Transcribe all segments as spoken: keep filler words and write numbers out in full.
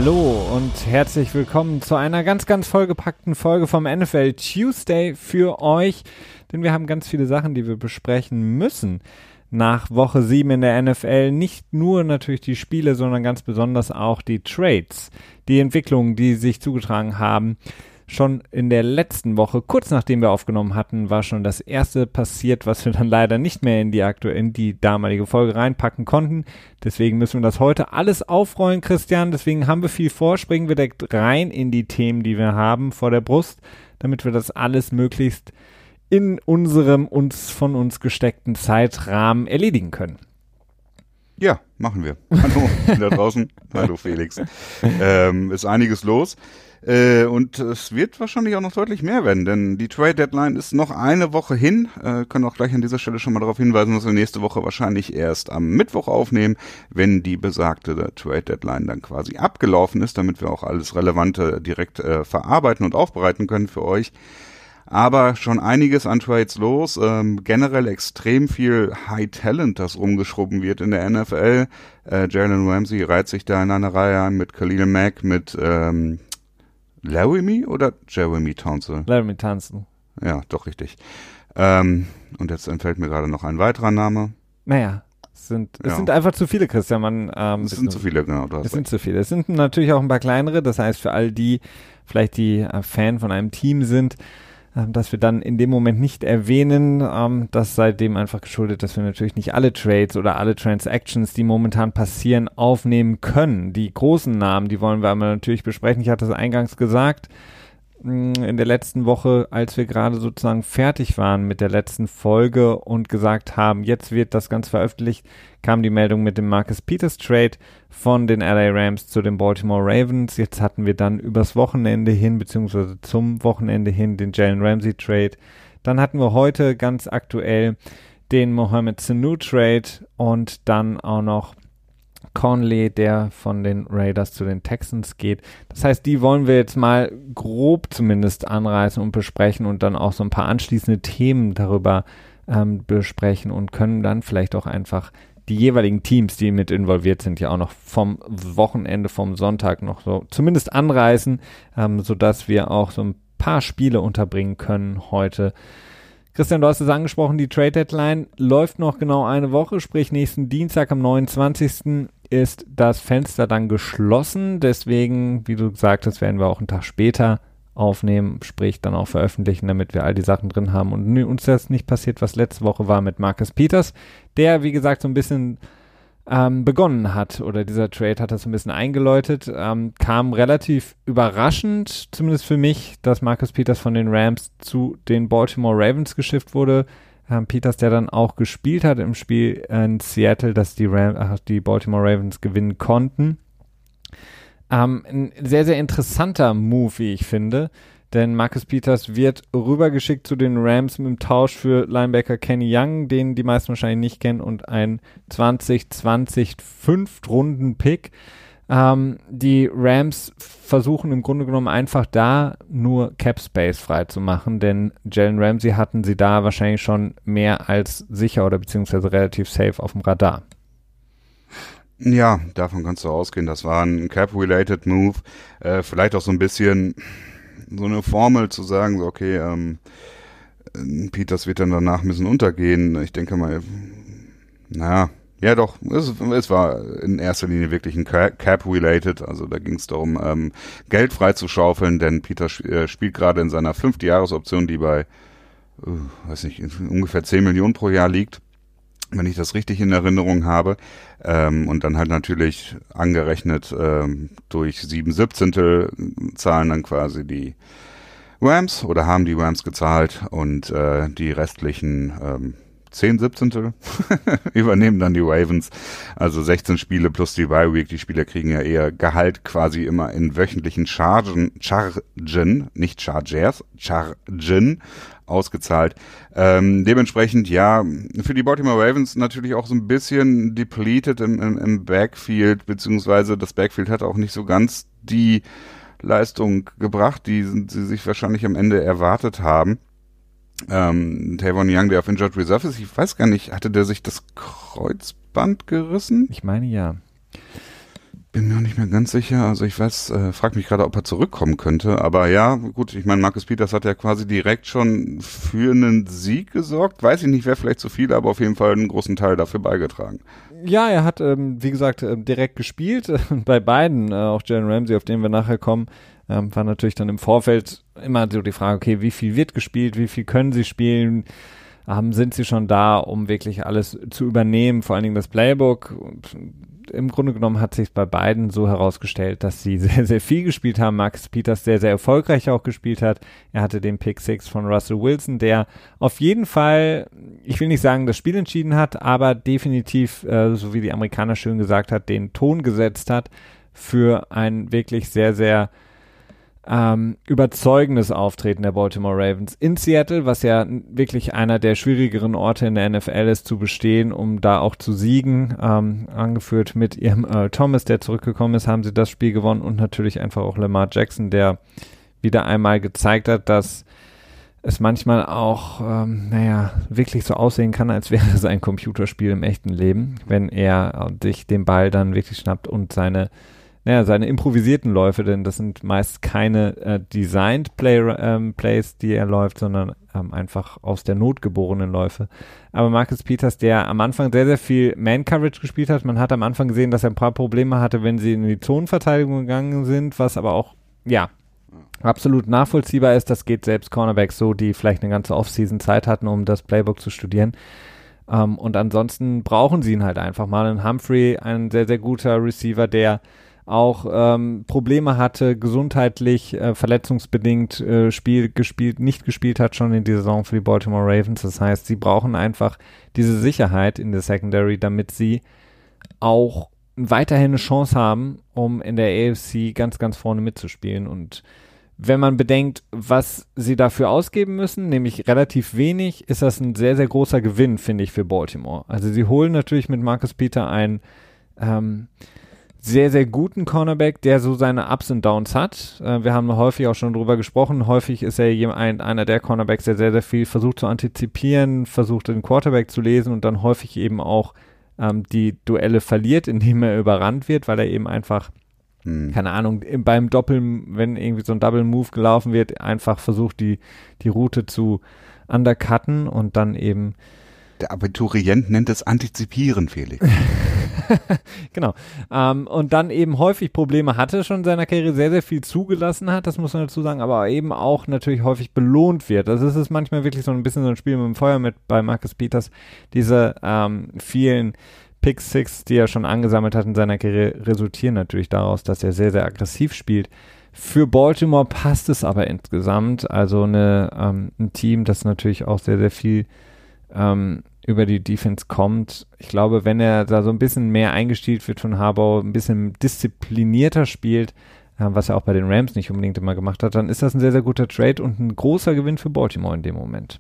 Hallo und herzlich willkommen zu einer ganz, ganz vollgepackten Folge vom N F L Tuesday für euch, denn wir haben ganz viele Sachen, die wir besprechen müssen nach Woche sieben in der N F L. Nicht nur natürlich die Spiele, sondern ganz besonders auch die Trades, die Entwicklungen, die sich zugetragen haben. Schon in der letzten Woche, kurz nachdem wir aufgenommen hatten, war schon das erste passiert, was wir dann leider nicht mehr in die aktuelle, in die damalige Folge reinpacken konnten. Deswegen müssen wir das heute alles aufrollen, Christian. Deswegen haben wir viel vor, springen wir direkt rein in die Themen, die wir haben vor der Brust, damit wir das alles möglichst in unserem uns von uns gesteckten Zeitrahmen erledigen können. Ja, machen wir. Hallo da draußen. Hallo Felix. Ähm, ist einiges los. Äh, und es wird wahrscheinlich auch noch deutlich mehr werden, denn die Trade-Deadline ist noch eine Woche hin. Äh, können auch gleich an dieser Stelle schon mal darauf hinweisen, dass wir nächste Woche wahrscheinlich erst am Mittwoch aufnehmen, wenn die besagte Trade-Deadline dann quasi abgelaufen ist, damit wir auch alles Relevante direkt äh, verarbeiten und aufbereiten können für euch. Aber schon einiges an Trades los, ähm, generell extrem viel High Talent, das rumgeschoben wird in der N F L. Äh, Jalen Ramsey reiht sich da in eine Reihe an mit Khalil Mack, mit ähm, Laramie oder Jeremy Townsend? Laramie Townsend. Ja, doch richtig. Ähm, und jetzt entfällt mir gerade noch ein weiterer Name. Naja, es sind, es Ja. sind einfach zu viele, Christian. Man, ähm, Es sind zu viele, genau. Du hast Es sind recht. zu viele. Es sind natürlich auch ein paar kleinere. Das heißt, für all die vielleicht die äh, Fan von einem Team sind, ähm, dass wir dann in dem Moment nicht erwähnen, ähm, das sei dem einfach geschuldet, dass wir natürlich nicht alle Trades oder alle Transactions, die momentan passieren, aufnehmen können. Die großen Namen, die wollen wir aber natürlich besprechen. Ich hatte es eingangs gesagt, mh, in der letzten Woche, als wir gerade sozusagen fertig waren mit der letzten Folge und gesagt haben, jetzt wird das Ganze veröffentlicht, kam die Meldung mit dem Marcus Peters Trade von den L A Rams zu den Baltimore Ravens. Jetzt hatten wir dann übers Wochenende hin, beziehungsweise zum Wochenende hin, den Jalen Ramsey Trade. Dann hatten wir heute ganz aktuell den Mohamed Sanu Trade und dann auch noch Conley, der von den Raiders zu den Texans geht. Das heißt, die wollen wir jetzt mal grob zumindest anreißen und besprechen und dann auch so ein paar anschließende Themen darüber ähm, besprechen und können dann vielleicht auch einfach die jeweiligen Teams, die mit involviert sind, ja auch noch vom Wochenende, vom Sonntag noch so zumindest anreißen, ähm, sodass wir auch so ein paar Spiele unterbringen können heute. Christian, du hast es angesprochen, die Trade-Deadline läuft noch genau eine Woche, sprich nächsten Dienstag am neunundzwanzigsten ist das Fenster dann geschlossen. Deswegen, wie du gesagt hast, werden wir auch einen Tag später aufnehmen, sprich dann auch veröffentlichen, damit wir all die Sachen drin haben und uns das nicht passiert, was letzte Woche war mit Marcus Peters, der, wie gesagt, so ein bisschen ähm, begonnen hat, oder dieser Trade hat das so ein bisschen eingeläutet, ähm, kam relativ überraschend, zumindest für mich, dass Marcus Peters von den Rams zu den Baltimore Ravens geschifft wurde. Ähm, Peters, der dann auch gespielt hat im Spiel in Seattle, dass die, Ram- ach, die Baltimore Ravens gewinnen konnten. Ähm, ein sehr, sehr interessanter Move, wie ich finde, denn Marcus Peters wird rübergeschickt zu den Rams mit dem Tausch für Linebacker Kenny Young, den die meisten wahrscheinlich nicht kennen, und ein zwanzig zwanzig Fünftrunden-Pick. Ähm, die Rams versuchen im Grunde genommen einfach da nur Cap Space frei zu machen, denn Jalen Ramsey hatten sie da wahrscheinlich schon mehr als sicher oder beziehungsweise relativ safe auf dem Radar. Ja, davon kannst du ausgehen. Das war ein Cap-related Move. Äh, vielleicht auch so ein bisschen so eine Formel zu sagen, so okay, ähm, Peters wird dann danach ein bisschen untergehen. Ich denke mal, naja, ja doch, es, es war in erster Linie wirklich ein Cap-related. Also da ging es darum, ähm, Geld freizuschaufeln, denn Peter sp- äh, spielt gerade in seiner fünften Jahresoption, die bei, äh, weiß nicht, ungefähr zehn Millionen pro Jahr liegt, wenn ich das richtig in Erinnerung habe, ähm, und dann halt natürlich angerechnet ähm, durch sieben Siebzehntel zahlen dann quasi die Rams oder haben die Rams gezahlt und äh, die restlichen ähm, zehn Siebzehntel übernehmen dann die Ravens, also sechzehn Spiele plus die Bye Week. Die Spieler kriegen ja eher Gehalt quasi immer in wöchentlichen Chargen, Chargen, nicht Chargers, Chargen ausgezahlt. Ähm, dementsprechend, ja, für die Baltimore Ravens natürlich auch so ein bisschen depleted im, im, im Backfield, beziehungsweise das Backfield hat auch nicht so ganz die Leistung gebracht, die sie sich wahrscheinlich am Ende erwartet haben. Ähm, Tavon Young, der auf Injured Reserve ist, ich weiß gar nicht, hatte der sich das Kreuzband gerissen? Ich meine, ja. bin mir auch nicht mehr ganz sicher. Also ich weiß, äh, frag mich gerade, ob er zurückkommen könnte. Aber ja, gut, ich meine, Marcus Peters hat ja quasi direkt schon für einen Sieg gesorgt. Weiß ich nicht, wer vielleicht zu viel, aber auf jeden Fall einen großen Teil dafür beigetragen. Ja, er hat, ähm, wie gesagt, äh, direkt gespielt. Bei beiden, äh, auch Jalen Ramsey, auf den wir nachher kommen, ähm, war natürlich dann im Vorfeld immer so die Frage, okay, wie viel wird gespielt, wie viel können sie spielen? Ähm, sind sie schon da, um wirklich alles zu übernehmen, vor allen Dingen das Playbook? Und im Grunde genommen hat sich bei beiden so herausgestellt, dass sie sehr, sehr viel gespielt haben. Marcus Peters sehr, sehr erfolgreich auch gespielt hat. Er hatte den Pick Six von Russell Wilson, der auf jeden Fall, ich will nicht sagen, das Spiel entschieden hat, aber definitiv, äh, so wie die Amerikaner schön gesagt hat, den Ton gesetzt hat für ein wirklich sehr, sehr Ähm, überzeugendes Auftreten der Baltimore Ravens in Seattle, was ja wirklich einer der schwierigeren Orte in der N F L ist, zu bestehen, um da auch zu siegen. Ähm, angeführt mit ihrem Earl Thomas, der zurückgekommen ist, haben sie das Spiel gewonnen und natürlich einfach auch Lamar Jackson, der wieder einmal gezeigt hat, dass es manchmal auch, ähm, naja, wirklich so aussehen kann, als wäre es ein Computerspiel im echten Leben, wenn er sich den Ball dann wirklich schnappt und seine Naja, seine improvisierten Läufe, denn das sind meist keine äh, designed Play, ähm, Plays, die er läuft, sondern ähm, einfach aus der Not geborenen Läufe. Aber Marcus Peters, der am Anfang sehr, sehr viel Man-Coverage gespielt hat, man hat am Anfang gesehen, dass er ein paar Probleme hatte, wenn sie in die Zonenverteidigung gegangen sind, was aber auch, ja, absolut nachvollziehbar ist. Das geht selbst Cornerbacks so, die vielleicht eine ganze Offseason Zeit hatten, um das Playbook zu studieren. Ähm, und ansonsten brauchen sie ihn halt einfach mal. Ein Humphrey, ein sehr, sehr guter Receiver, der auch ähm, Probleme hatte, gesundheitlich, äh, verletzungsbedingt äh, Spiel gespielt, nicht gespielt hat schon in dieser Saison für die Baltimore Ravens. Das heißt, sie brauchen einfach diese Sicherheit in der Secondary, damit sie auch weiterhin eine Chance haben, um in der A F C ganz, ganz vorne mitzuspielen. Und wenn man bedenkt, was sie dafür ausgeben müssen, nämlich relativ wenig, ist das ein sehr, sehr großer Gewinn, finde ich, für Baltimore. Also sie holen natürlich mit Marcus Peters einen ähm, sehr, sehr guten Cornerback, der so seine Ups und Downs hat. Äh, wir haben häufig auch schon drüber gesprochen. Häufig ist er ein, einer der Cornerbacks, der sehr, sehr viel versucht zu antizipieren, versucht den Quarterback zu lesen und dann häufig eben auch ähm, die Duelle verliert, indem er überrannt wird, weil er eben einfach, hm. keine Ahnung, im, beim Doppel, wenn irgendwie so ein Double Move gelaufen wird, einfach versucht, die, die Route zu undercutten und dann eben der Abiturient nennt es Antizipieren, Felix. Genau. Ähm, und dann eben häufig Probleme hatte schon in seiner Karriere, sehr, sehr viel zugelassen hat, das muss man dazu sagen, aber eben auch natürlich häufig belohnt wird. Also es ist manchmal wirklich so ein bisschen so ein Spiel mit dem Feuer mit bei Marcus Peters. Diese ähm, vielen Pick Six, die er schon angesammelt hat in seiner Karriere, resultieren natürlich daraus, dass er sehr, sehr aggressiv spielt. Für Baltimore passt es aber insgesamt. Also eine, ähm, ein Team, das natürlich auch sehr, sehr viel ähm, über die Defense kommt. Ich glaube, wenn er da so ein bisschen mehr eingestielt wird von Harbaugh, ein bisschen disziplinierter spielt, äh, was er auch bei den Rams nicht unbedingt immer gemacht hat, dann ist das ein sehr, sehr guter Trade und ein großer Gewinn für Baltimore in dem Moment.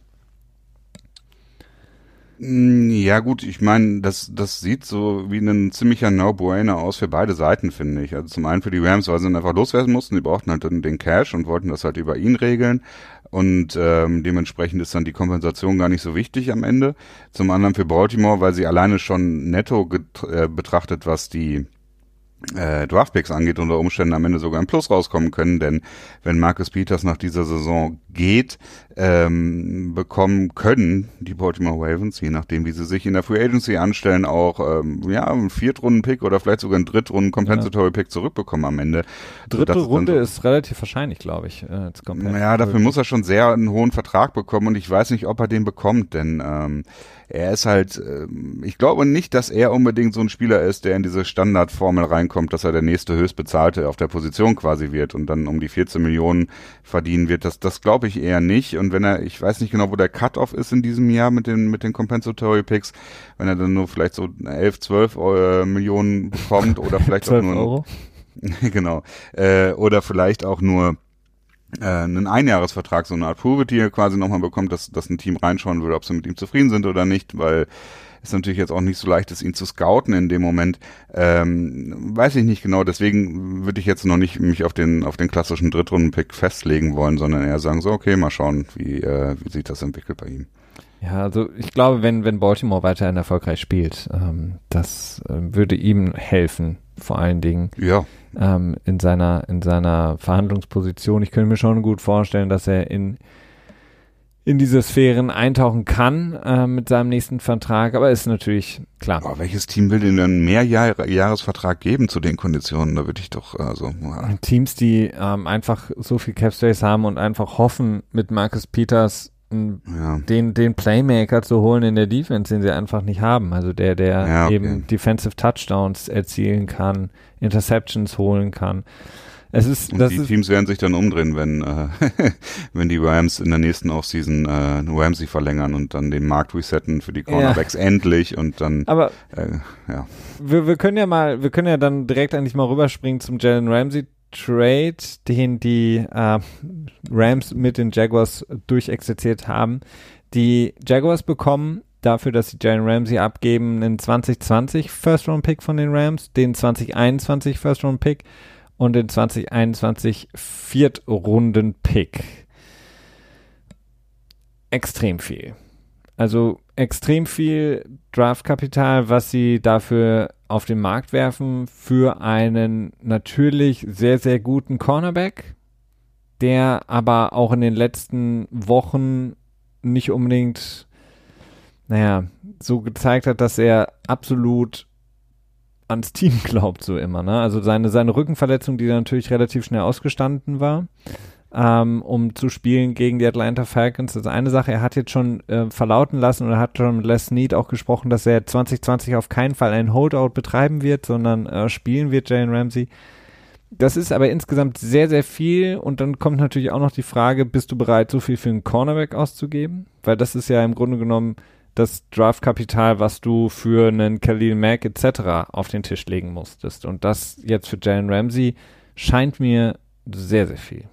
Ja gut, ich meine, das das sieht so wie ein ziemlicher No-Brainer aus für beide Seiten, finde ich. Also zum einen für die Rams, weil sie dann einfach loswerden mussten, die brauchten halt dann den Cash und wollten das halt über ihn regeln und ähm, dementsprechend ist dann die Kompensation gar nicht so wichtig am Ende. Zum anderen für Baltimore, weil sie alleine schon netto get- äh, betrachtet, was die äh, Draftpicks angeht, unter Umständen am Ende sogar im Plus rauskommen können, denn wenn Marcus Peters nach dieser Saison geht, ähm, bekommen können die Baltimore Ravens, je nachdem wie sie sich in der Free Agency anstellen, auch ähm, ja einen Viertrunden-Pick oder vielleicht sogar einen Drittrunden-Compensatory-Pick zurückbekommen am Ende. Dritte Runde so, ist relativ wahrscheinlich, glaube ich. Äh, ja, dafür muss er schon sehr einen hohen Vertrag bekommen und ich weiß nicht, ob er den bekommt, denn ähm, er ist halt, äh, ich glaube nicht, dass er unbedingt so ein Spieler ist, der in diese Standardformel reinkommt, dass er der nächste Höchstbezahlte auf der Position quasi wird und dann um die vierzehn Millionen verdienen wird. Das, das glaube ich eher nicht. Und wenn er, ich weiß nicht genau, wo der Cut-Off ist in diesem Jahr mit den, mit den Compensatory Picks, wenn er dann nur vielleicht so elf, zwölf äh, Millionen bekommt oder vielleicht auch nur, Euro. genau, äh, oder vielleicht auch nur äh, einen Einjahresvertrag, so eine Art Prove-It quasi nochmal bekommt, dass, dass ein Team reinschauen würde, ob sie mit ihm zufrieden sind oder nicht, weil es natürlich jetzt auch nicht so leicht ist, ihn zu scouten in dem Moment. Ähm, weiß ich nicht genau, deswegen würde ich jetzt noch nicht mich auf den auf den klassischen Drittrunden-Pick festlegen wollen, sondern eher sagen so, okay, mal schauen, wie äh, wie sich das entwickelt bei ihm. Ja, also ich glaube, wenn wenn Baltimore weiterhin erfolgreich spielt, ähm, das äh, würde ihm helfen, vor allen Dingen. Ja. Ähm, in seiner, in seiner Verhandlungsposition. Ich könnte mir schon gut vorstellen, dass er in in diese Sphären eintauchen kann äh, mit seinem nächsten Vertrag, aber ist natürlich klar. Aber welches Team will denn einen Mehrjahresvertrag geben zu den Konditionen? Da würde ich doch also ja. Teams, die ähm, einfach so viel Cap Space haben und einfach hoffen, mit Marcus Peters m, Ja. den den Playmaker zu holen in der Defense, den sie einfach nicht haben. Also der der Ja, okay. eben Defensive Touchdowns erzielen kann, Interceptions holen kann. Es ist, Und das die ist, Teams werden sich dann umdrehen, wenn äh, wenn die Rams in der nächsten Offseason äh, Ramsey verlängern und dann den Markt resetten für die Cornerbacks ja. endlich und dann aber äh, ja. Wir, wir können ja mal, wir können ja dann direkt eigentlich mal rüberspringen zum Jalen Ramsey Trade, den die äh, Rams mit den Jaguars durchexerziert haben. Die Jaguars bekommen dafür, dass sie Jalen Ramsey abgeben, einen zwanzig zwanzig First-Round-Pick von den Rams, den zwanzig einundzwanzig First-Round-Pick und den zwanzig einundzwanzig Viertrunden-Pick. Extrem viel. Also extrem viel Draftkapital, was sie dafür auf den Markt werfen für einen natürlich sehr, sehr guten Cornerback, der aber auch in den letzten Wochen nicht unbedingt, naja, so gezeigt hat, dass er absolut ans Team glaubt, so immer, ne? Also seine, seine Rückenverletzung, die natürlich relativ schnell ausgestanden war, ähm, um zu spielen gegen die Atlanta Falcons, das ist eine Sache. Er hat jetzt schon äh, verlauten lassen oder hat schon mit Les Snead auch gesprochen, dass er zwanzig zwanzig auf keinen Fall einen Holdout betreiben wird, sondern äh, spielen wird, Jalen Ramsey. Das ist aber insgesamt sehr, sehr viel und dann kommt natürlich auch noch die Frage, bist du bereit, so viel für einen Cornerback auszugeben? Weil das ist ja im Grunde genommen das Draftkapital, was du für einen Khalil Mack et cetera auf den Tisch legen musstest. Und das jetzt für Jalen Ramsey scheint mir sehr, sehr viel.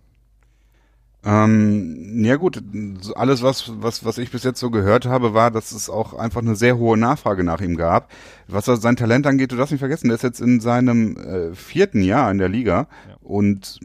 Ähm, ja gut, alles was, was, was ich bis jetzt so gehört habe, war, dass es auch einfach eine sehr hohe Nachfrage nach ihm gab. Was sein Talent angeht, du darfst nicht vergessen, der ist jetzt in seinem äh, vierten Jahr in der Liga ja. und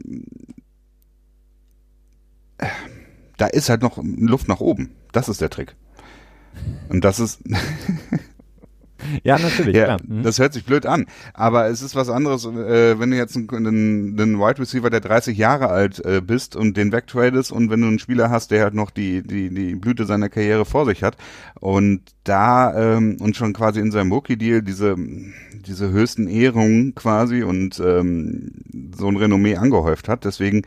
äh, da ist halt noch Luft nach oben. Das ist der Trick. Und das ist ja, natürlich, ja, klar. Mhm. Das hört sich blöd an, aber es ist was anderes, äh, wenn du jetzt einen, einen, einen Wide Receiver, der dreißig Jahre alt äh, bist und den wegtradest und wenn du einen Spieler hast, der halt noch die die die Blüte seiner Karriere vor sich hat und da ähm, und schon quasi in seinem Rookie-Deal diese diese höchsten Ehrungen quasi und ähm, so ein Renommee angehäuft hat, deswegen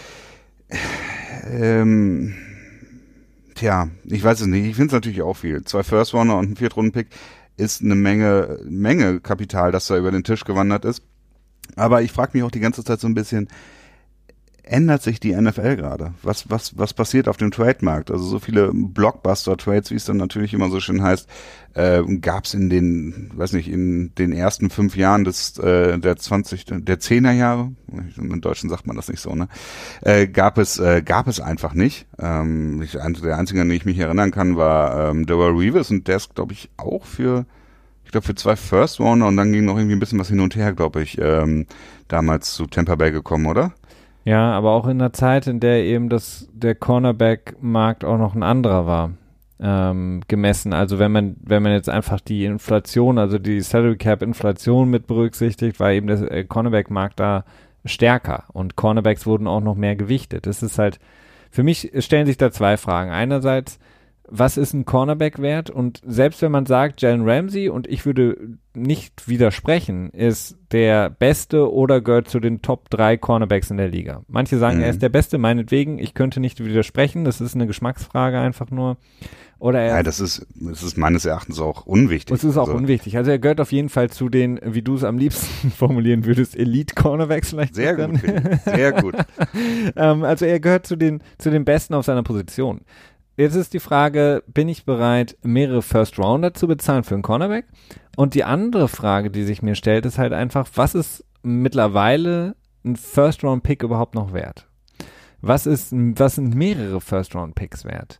ähm, tja, ich weiß es nicht, ich finde es natürlich auch viel. Zwei First-Runner und ein Viertrunden-Pick ist eine Menge, Menge Kapital, das da über den Tisch gewandert ist. Aber ich frage mich auch die ganze Zeit so ein bisschen, ändert sich die N F L gerade? Was, was, was passiert auf dem Trade-Markt? Also so viele Blockbuster-Trades, wie es dann natürlich immer so schön heißt, äh, gab es in den, weiß nicht, in den ersten fünf Jahren des, äh, der zwanzig, der zehner Jahre, im Deutschen sagt man das nicht so, ne, äh, gab es, äh, gab es einfach nicht. Ähm, ich, der einzige, an den ich mich erinnern kann, war ähm, Darrelle Revis und der ist, glaube ich, auch für, ich glaube, für zwei First Rounder und dann ging noch irgendwie ein bisschen was hin und her, glaube ich, ähm, damals zu Tampa Bay gekommen, oder? Ja, aber auch in einer Zeit, in der eben das, der Cornerback-Markt auch noch ein anderer war, ähm, gemessen. Also wenn man, wenn man jetzt einfach die Inflation, also die Salary Cap-Inflation mit berücksichtigt, war eben der äh, Cornerback-Markt da stärker und Cornerbacks wurden auch noch mehr gewichtet. Das ist halt, für mich stellen sich da zwei Fragen. Einerseits, was ist ein Cornerback wert? Und selbst wenn man sagt, Jalen Ramsey, und ich würde nicht widersprechen, ist der Beste oder gehört zu den Top drei Cornerbacks in der Liga. Manche sagen, mhm. er ist der Beste, meinetwegen, ich könnte nicht widersprechen, das ist eine Geschmacksfrage einfach nur. Oder er ja, das ist, das ist meines Erachtens auch unwichtig. Das ist auch also. unwichtig. Also er gehört auf jeden Fall zu den, wie du es am liebsten formulieren würdest, Elite-Cornerbacks vielleicht. Sehr gut, sehr gut. ähm, also er gehört zu den, zu den Besten auf seiner Position. Jetzt ist die Frage, bin ich bereit, mehrere First-Rounder zu bezahlen für einen Cornerback? Und die andere Frage, die sich mir stellt, ist halt einfach, was ist mittlerweile ein First-Round-Pick überhaupt noch wert? Was ist, was sind mehrere First-Round-Picks wert?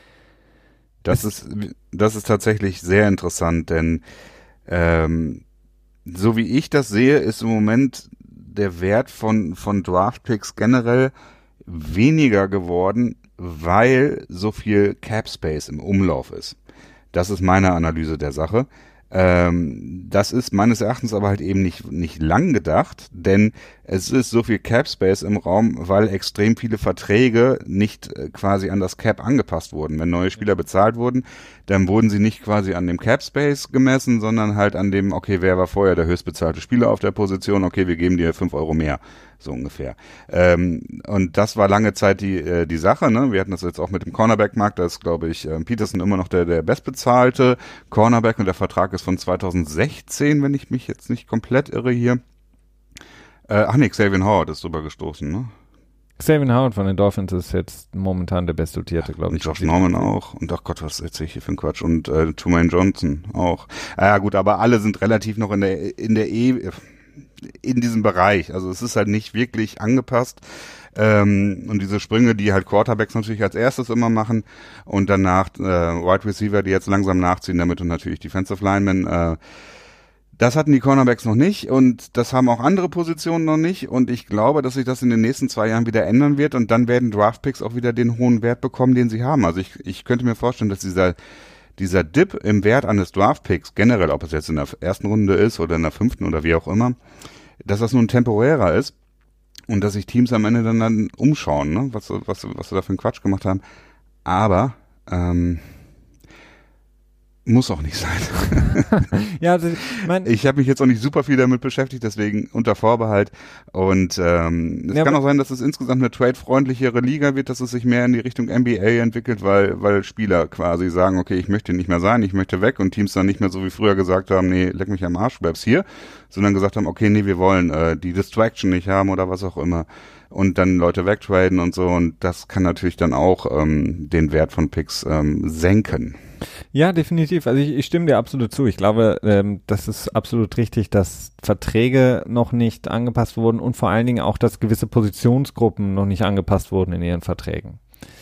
Das ist, das ist tatsächlich sehr interessant, denn ähm, so wie ich das sehe, ist im Moment der Wert von, von Draft-Picks generell weniger geworden, weil so viel Cap Space im Umlauf ist. Das ist meine Analyse der Sache. Ähm, das ist meines Erachtens aber halt eben nicht, nicht lang gedacht, denn es ist so viel Cap Space im Raum, weil extrem viele Verträge nicht äh, quasi an das Cap angepasst wurden. Wenn neue Spieler bezahlt wurden, dann wurden sie nicht quasi an dem Cap Space gemessen, sondern halt an dem, okay, wer war vorher der höchstbezahlte Spieler auf der Position, okay, wir geben dir fünf Euro mehr, so ungefähr. Ähm, und das war lange Zeit die, äh, die Sache, ne? Wir hatten das jetzt auch mit dem Cornerback-Markt, da ist, glaube ich, äh, Peterson immer noch der, der bestbezahlte Cornerback und der Vertrag ist von zweitausendsechzehn, wenn ich mich jetzt nicht komplett irre hier. Äh, ach nee, Xavier Howard ist drüber gestoßen, ne? Xavier Howard von den Dolphins ist jetzt momentan der bestdotierte, glaube ich. Und Josh Norman auch. Und ach Gott, was erzähle ich hier für einen Quatsch. Und äh, Trumaine Johnson auch. Ah, ja gut, aber alle sind relativ noch in der in der E in diesem Bereich. Also es ist halt nicht wirklich angepasst. Ähm, und diese Sprünge, die halt Quarterbacks natürlich als erstes immer machen und danach äh, Wide Receiver, die jetzt langsam nachziehen damit und natürlich Defensive Linemen, äh, das hatten die Cornerbacks noch nicht und das haben auch andere Positionen noch nicht und ich glaube, dass sich das in den nächsten zwei Jahren wieder ändern wird und dann werden Draftpicks auch wieder den hohen Wert bekommen, den sie haben. Also ich, ich könnte mir vorstellen, dass dieser dieser Dip im Wert eines Draftpicks, generell, ob es jetzt in der ersten Runde ist oder in der fünften oder wie auch immer, dass das nun temporärer ist und dass sich Teams am Ende dann, dann umschauen, ne? was, was, was sie da für einen Quatsch gemacht haben. Aber ähm, muss auch nicht sein. Ja, also, mein ich habe mich jetzt auch nicht super viel damit beschäftigt, deswegen unter Vorbehalt. Und ähm, es ja, kann auch sein, dass es insgesamt eine trade-freundlichere Liga wird, dass es sich mehr in die Richtung N B A entwickelt, weil weil Spieler quasi sagen, okay, ich möchte nicht mehr sein, ich möchte weg und Teams dann nicht mehr so wie früher gesagt haben, nee, leck mich am Arsch, bleibst hier, sondern gesagt haben, okay, nee, wir wollen äh, die Distraction nicht haben oder was auch immer. Und dann Leute wegtraden und so und das kann natürlich dann auch ähm, den Wert von Picks ähm, senken. Ja, definitiv. Also ich, ich stimme dir absolut zu. Ich glaube, ähm, das ist absolut richtig, dass Verträge noch nicht angepasst wurden und vor allen Dingen auch, dass gewisse Positionsgruppen noch nicht angepasst wurden in ihren Verträgen.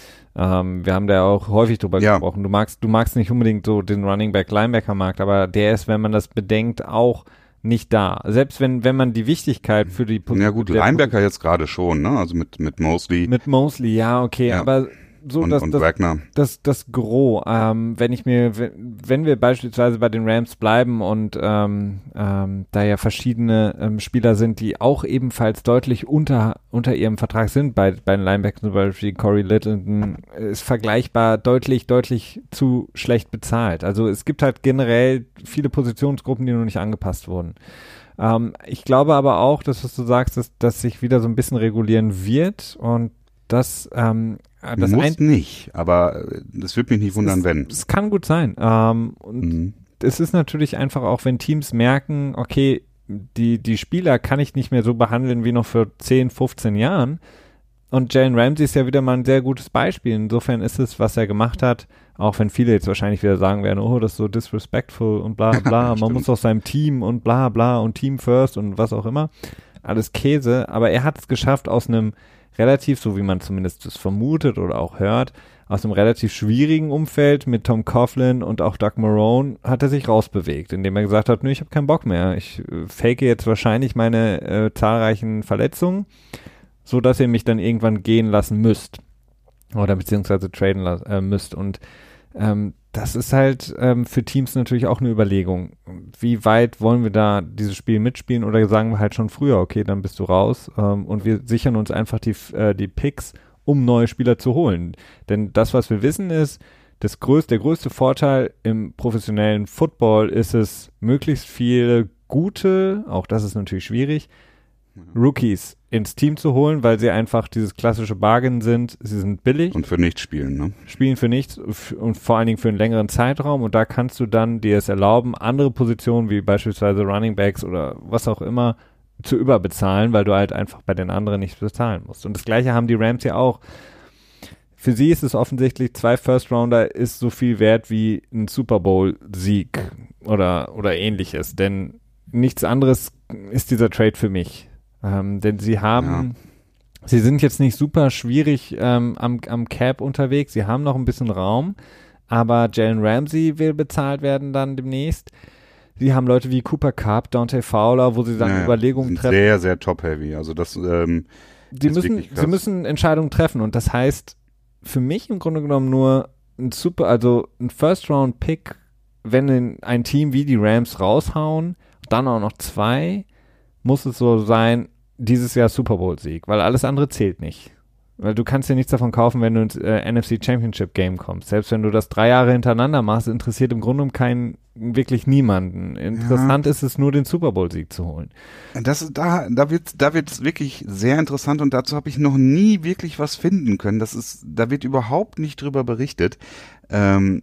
Ähm, wir haben da auch häufig drüber ja. gesprochen. Du magst, du magst nicht unbedingt so den Running Back Linebacker Markt, aber der ist, wenn man das bedenkt, auch nicht da. Selbst wenn wenn man die Wichtigkeit für die Position. Ja gut, Linebacker jetzt gerade schon, ne? Also mit mit Mosley. Mit Mosley, ja, okay, ja. aber so und, das, und das, Wagner. das, das Gros, ähm, wenn ich mir, wenn, wenn wir beispielsweise bei den Rams bleiben und ähm, ähm, da ja verschiedene ähm, Spieler sind, die auch ebenfalls deutlich unter unter ihrem Vertrag sind, bei, bei den Linebackern zum Beispiel Corey Littleton, ist vergleichbar deutlich, deutlich zu schlecht bezahlt. Also es gibt halt generell viele Positionsgruppen, die noch nicht angepasst wurden. Ähm, ich glaube aber auch, dass was du sagst, dass, dass sich wieder so ein bisschen regulieren wird und das, ähm, das muss ein, nicht, aber das würde mich nicht wundern, ist, wenn. Es kann gut sein. Ähm, und mhm. es ist natürlich einfach auch, wenn Teams merken, okay, die, die Spieler kann ich nicht mehr so behandeln wie noch vor zehn, fünfzehn Jahren. Und Jalen Ramsey ist ja wieder mal ein sehr gutes Beispiel. Insofern ist es, was er gemacht hat, auch wenn viele jetzt wahrscheinlich wieder sagen werden, oh, das ist so disrespectful und bla bla, man muss doch seinem Team und bla bla und Team first und was auch immer. Alles Käse, aber er hat es geschafft, aus einem relativ, so wie man zumindest das vermutet oder auch hört, aus einem relativ schwierigen Umfeld mit Tom Coughlin und auch Doug Marrone hat er sich rausbewegt, indem er gesagt hat, nö, ich habe keinen Bock mehr. Ich äh, fake jetzt wahrscheinlich meine äh, zahlreichen Verletzungen, so dass ihr mich dann irgendwann gehen lassen müsst oder beziehungsweise traden las- äh, müsst. Und ähm, das ist halt ähm, für Teams natürlich auch eine Überlegung. Wie weit wollen wir da dieses Spiel mitspielen oder sagen wir halt schon früher, okay, dann bist du raus ähm, und wir sichern uns einfach die, äh, die Picks, um neue Spieler zu holen. Denn das, was wir wissen, ist, das größte, der größte Vorteil im professionellen Football ist es, möglichst viele gute, auch das ist natürlich schwierig, Rookies ins Team zu holen, weil sie einfach dieses klassische Bargain sind. Sie sind billig. Und für nichts spielen, ne? Spielen für nichts und vor allen Dingen für einen längeren Zeitraum. Und da kannst du dann dir es erlauben, andere Positionen wie beispielsweise Running Backs oder was auch immer zu überbezahlen, weil du halt einfach bei den anderen nichts bezahlen musst. Und das Gleiche haben die Rams ja auch. Für sie ist es offensichtlich, zwei First-Rounder ist so viel wert wie ein Super Bowl-Sieg oder, oder ähnliches. Denn nichts anderes ist dieser Trade für mich. Ähm, denn sie haben, ja. sie sind jetzt nicht super schwierig ähm, am, am Cap unterwegs, sie haben noch ein bisschen Raum, aber Jalen Ramsey will bezahlt werden dann demnächst. Sie haben Leute wie Cooper Kupp, Dante Fowler, wo sie dann ja, Überlegungen sind treffen. Sehr, sehr top-heavy. Also das ähm, sie müssen, sie müssen Entscheidungen treffen und das heißt für mich im Grunde genommen nur ein super, also ein First-Round-Pick wenn ein Team wie die Rams raushauen, dann auch noch zwei, muss es so sein, dieses Jahr Super Bowl-Sieg, weil alles andere zählt nicht. Weil du kannst dir nichts davon kaufen, wenn du ins äh, N F C Championship Game kommst. Selbst wenn du das drei Jahre hintereinander machst, interessiert im Grunde genommen keinen, wirklich niemanden. Interessant ja. ist es nur, den Super Bowl-Sieg zu holen. Das, da, da wird, da wird's wirklich sehr interessant und dazu habe ich noch nie wirklich was finden können. Das ist, da wird überhaupt nicht drüber berichtet. Ähm,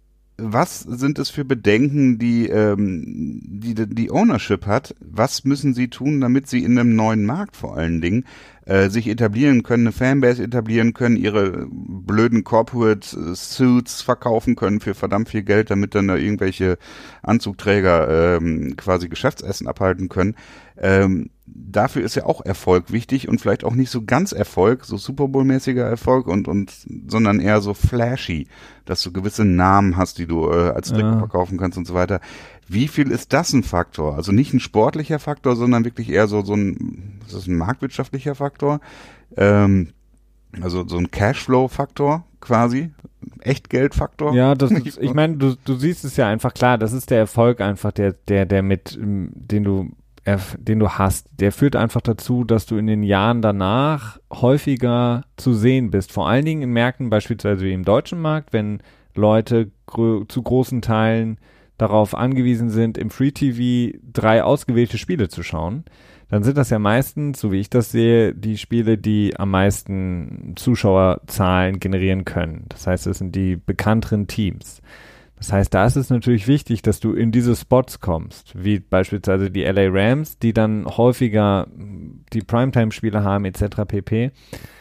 Was sind es für Bedenken, die, ähm, die die Ownership hat? Was müssen sie tun, damit sie in einem neuen Markt vor allen Dingen äh, sich etablieren können, eine Fanbase etablieren können, ihre blöden Corporate Suits verkaufen können für verdammt viel Geld, damit dann da irgendwelche Anzugträger ähm, quasi Geschäftsessen abhalten können? Ähm, dafür ist ja auch Erfolg wichtig und vielleicht auch nicht so ganz Erfolg, so Super Bowl-mäßiger Erfolg und und sondern eher so flashy, dass du gewisse Namen hast, die du äh, als Trikot ja. verkaufen kannst und so weiter. Wie viel ist das ein Faktor? Also nicht ein sportlicher Faktor, sondern wirklich eher so so ein, das ist ein marktwirtschaftlicher Faktor, ähm, also so ein Cashflow-Faktor quasi, Echtgeldfaktor. Ja, das ist, ich meine, du du siehst es ja einfach klar, das ist der Erfolg einfach, der der der mit, den du den du hast, der führt einfach dazu, dass du in den Jahren danach häufiger zu sehen bist. Vor allen Dingen in Märkten, beispielsweise wie im deutschen Markt, wenn Leute gro- zu großen Teilen darauf angewiesen sind, im Free-T V drei ausgewählte Spiele zu schauen, dann sind das ja meistens, so wie ich das sehe, die Spiele, die am meisten Zuschauerzahlen generieren können. Das heißt, das sind die bekannteren Teams. Das heißt, da ist es natürlich wichtig, dass du in diese Spots kommst, wie beispielsweise die L A Rams, die dann häufiger die Primetime-Spiele haben et cetera pp.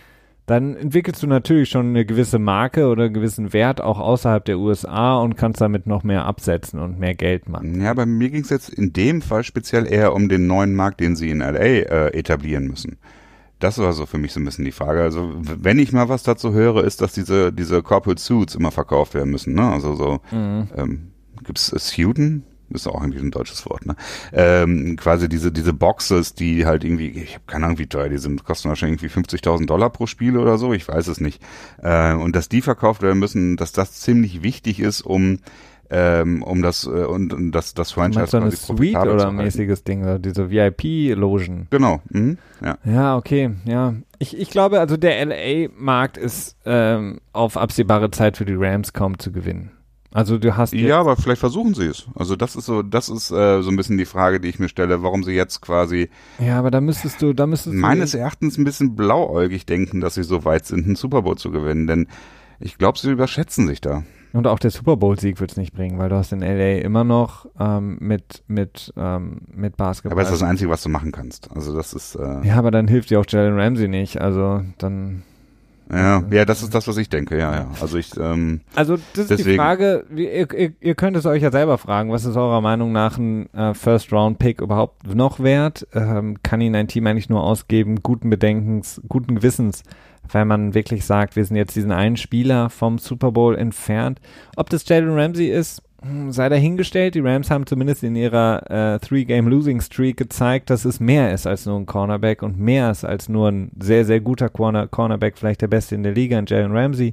Dann entwickelst du natürlich schon eine gewisse Marke oder einen gewissen Wert auch außerhalb der U S A und kannst damit noch mehr absetzen und mehr Geld machen. Ja, bei mir ging es jetzt in dem Fall speziell eher um den neuen Markt, den sie in L A äh, etablieren müssen. Das war so für mich so ein bisschen die Frage. Also wenn ich mal was dazu höre, ist, dass diese diese Corporate Suits immer verkauft werden müssen. Ne? Also so mhm. ähm, gibt's äh, Suiten? Ist auch irgendwie ein deutsches Wort. Ne? Ähm, quasi diese diese Boxes, die halt irgendwie, ich habe keine Ahnung wie teuer die sind, kosten wahrscheinlich irgendwie fünfzigtausend Dollar pro Spiel oder so. Ich weiß es nicht. Äh, und dass die verkauft werden müssen, dass das ziemlich wichtig ist, um Ähm, um das äh, und, und das das Franchise so eine Suite oder ein mäßiges Ding, so diese V I P-Logen. Genau. Mhm. Ja. Ja, okay, ja. Ich ich glaube, also der L A-Markt ist ähm, auf absehbare Zeit für die Rams kaum zu gewinnen. Also du hast ja, aber vielleicht versuchen sie es. Also das ist so, das ist äh, so ein bisschen die Frage, die ich mir stelle, warum sie jetzt quasi. Ja, aber da müsstest du, da müsstest meines du Erachtens ein bisschen blauäugig denken, dass sie so weit sind, einen Super Bowl zu gewinnen, denn ich glaube, sie überschätzen sich da. Und auch der Super Bowl-Sieg wird es nicht bringen, weil du hast in L A immer noch ähm, mit mit ähm, mit Basketball. Aber das ist das Einzige, was du machen kannst. Also das ist. Äh ja, aber dann hilft dir auch Jalen Ramsey nicht. Also dann. Ja, ja, das ist das, was ich denke. Ja, ja. Also ich. Ähm, also das ist deswegen. die Frage. Ihr, ihr, ihr könnt es euch ja selber fragen. Was ist eurer Meinung nach ein äh, First-Round-Pick überhaupt noch wert? Ähm, kann ihn ein Team eigentlich nur ausgeben, guten Bedenkens, guten Gewissens, weil man wirklich sagt, wir sind jetzt diesen einen Spieler vom Super Bowl entfernt. Ob das Jalen Ramsey ist, sei dahingestellt. Die Rams haben zumindest in ihrer äh, Three-Game-Losing-Streak gezeigt, dass es mehr ist als nur ein Cornerback und mehr ist als nur ein sehr, sehr guter Corner- Cornerback, vielleicht der Beste in der Liga, ein Jalen Ramsey.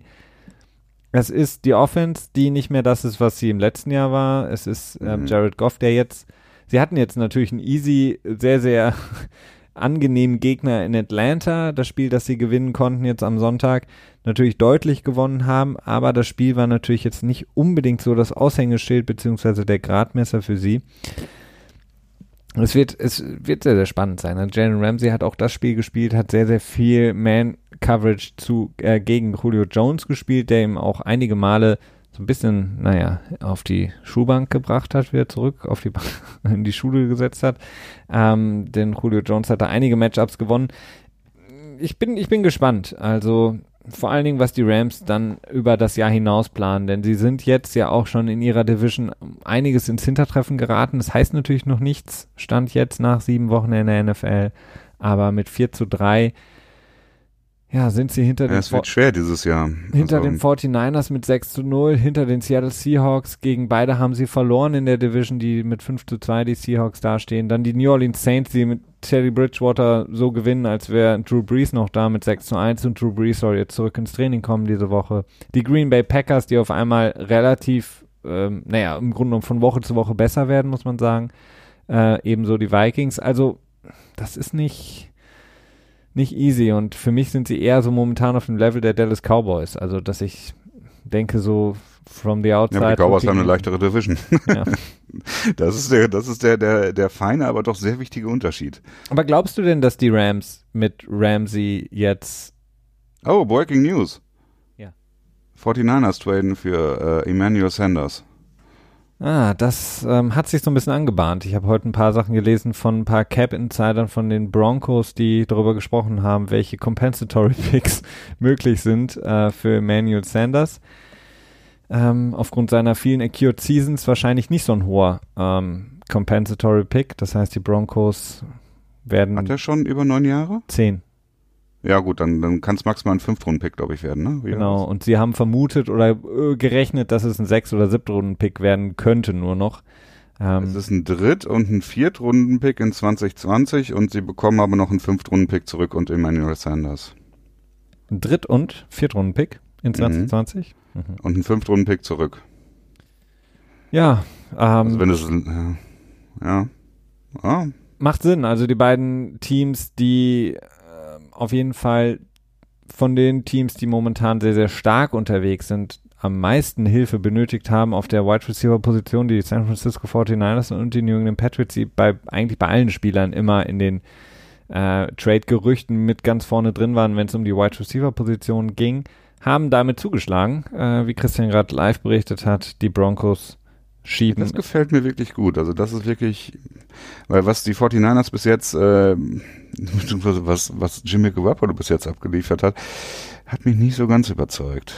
Es ist die Offense, die nicht mehr das ist, was sie im letzten Jahr war. Es ist ähm, mhm. Jared Goff, der jetzt, sie hatten jetzt natürlich einen easy, sehr, sehr angenehmen Gegner in Atlanta, das Spiel, das sie gewinnen konnten jetzt am Sonntag, natürlich deutlich gewonnen haben, aber das Spiel war natürlich jetzt nicht unbedingt so das Aushängeschild beziehungsweise der Gradmesser für sie. Es wird, es wird sehr, sehr spannend sein. Jalen Ramsey hat auch das Spiel gespielt, hat sehr, sehr viel Man-Coverage zu, äh, gegen Julio Jones gespielt, der ihm auch einige Male so ein bisschen, naja, auf die Schulbank gebracht hat, wieder zurück, auf die Bank, in die Schule gesetzt hat. Ähm, denn Julio Jones hat da einige Matchups gewonnen. Ich bin, ich bin gespannt. Also vor allen Dingen, was die Rams dann über das Jahr hinaus planen, denn sie sind jetzt ja auch schon in ihrer Division einiges ins Hintertreffen geraten. Das heißt natürlich noch nichts, Stand jetzt nach sieben Wochen in der N F L, aber mit vier zu drei ja, sind sie hinter ja, den es wird schwer dieses Jahr. Hinter also, den forty-niners mit sechs zu null, hinter den Seattle Seahawks, gegen beide haben sie verloren in der Division, die mit fünf zu zwei die Seahawks dastehen. Dann die New Orleans Saints, die mit Teddy Bridgewater so gewinnen, als wäre Drew Brees noch da mit sechs zu eins und Drew Brees soll jetzt zurück ins Training kommen diese Woche. Die Green Bay Packers, die auf einmal relativ ähm, naja, im Grunde genommen von Woche zu Woche besser werden, muss man sagen. Äh, ebenso die Vikings. Also, das ist nicht, nicht easy und für mich sind sie eher so momentan auf dem Level der Dallas Cowboys. Also, dass ich denke so from the outside. Ja, aber die Cowboys haben eine leichtere Division. Ja. Das ist der, das ist der, der, der feine, aber doch sehr wichtige Unterschied. Aber glaubst du denn, dass die Rams mit Ramsey jetzt... Oh, Breaking News. Ja. forty-niners traden für äh, Emmanuel Sanders. Ah, das ähm, hat sich so ein bisschen angebahnt. Ich habe heute ein paar Sachen gelesen von ein paar Cap-Insidern von den Broncos, die darüber gesprochen haben, welche Compensatory Picks möglich sind äh, für Emmanuel Sanders. Ähm, aufgrund seiner vielen Acute Seasons wahrscheinlich nicht so ein hoher ähm, Compensatory Pick. Das heißt, die Broncos werden... Hat er schon über neun Jahre? Zehn. Ja gut, dann, dann kann es maximal ein Fünftrunden-Pick, glaube ich, werden, ne? Wie genau, und sie haben vermutet oder äh, gerechnet, dass es ein Sechst- oder Siebtrunden-Pick werden könnte nur noch. Ähm, es ist ein Dritt- und ein Viertrunden-Pick in zwanzig zwanzig und sie bekommen aber noch einen Fünftrunden-Pick zurück und Emmanuel Sanders. Ein Dritt- und Viertrunden-Pick in zwanzig zwanzig? Mhm. Mhm. Und einen Fünftrunden-Pick zurück. Ja. Ähm, also wenn es, ja, ja. ja. Macht Sinn, also die beiden Teams, die auf jeden Fall von den Teams, die momentan sehr, sehr stark unterwegs sind, am meisten Hilfe benötigt haben auf der Wide Receiver Position, die San Francisco forty-niners und die New England Patriots, die bei, eigentlich bei allen Spielern immer in den äh, Trade-Gerüchten mit ganz vorne drin waren, wenn es um die Wide Receiver Position ging, haben damit zugeschlagen, äh, wie Christian gerade live berichtet hat, die Broncos schieben. Das gefällt mir wirklich gut. Also das ist wirklich, weil was die forty-niners bis jetzt, äh, beziehungsweise was, was Jimmy Garoppolo bis jetzt abgeliefert hat, hat mich nicht so ganz überzeugt.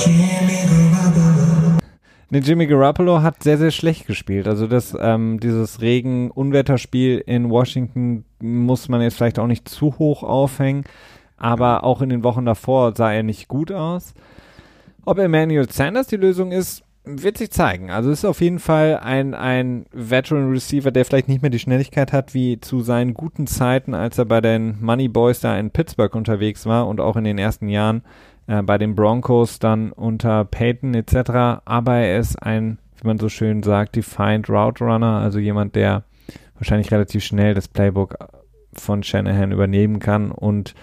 Ne, Jimmy Garoppolo hat sehr, sehr schlecht gespielt. Also das, ähm, dieses Regen-Unwetterspiel in Washington muss man jetzt vielleicht auch nicht zu hoch aufhängen, aber auch in den Wochen davor sah er nicht gut aus. Ob Emmanuel Sanders die Lösung ist, wird sich zeigen. Also ist auf jeden Fall ein, ein Veteran Receiver, der vielleicht nicht mehr die Schnelligkeit hat wie zu seinen guten Zeiten, als er bei den Money Boys da in Pittsburgh unterwegs war und auch in den ersten Jahren äh, bei den Broncos dann unter Peyton et cetera. Aber er ist ein, wie man so schön sagt, Defined Route Runner, also jemand, der wahrscheinlich relativ schnell das Playbook von Shanahan übernehmen kann und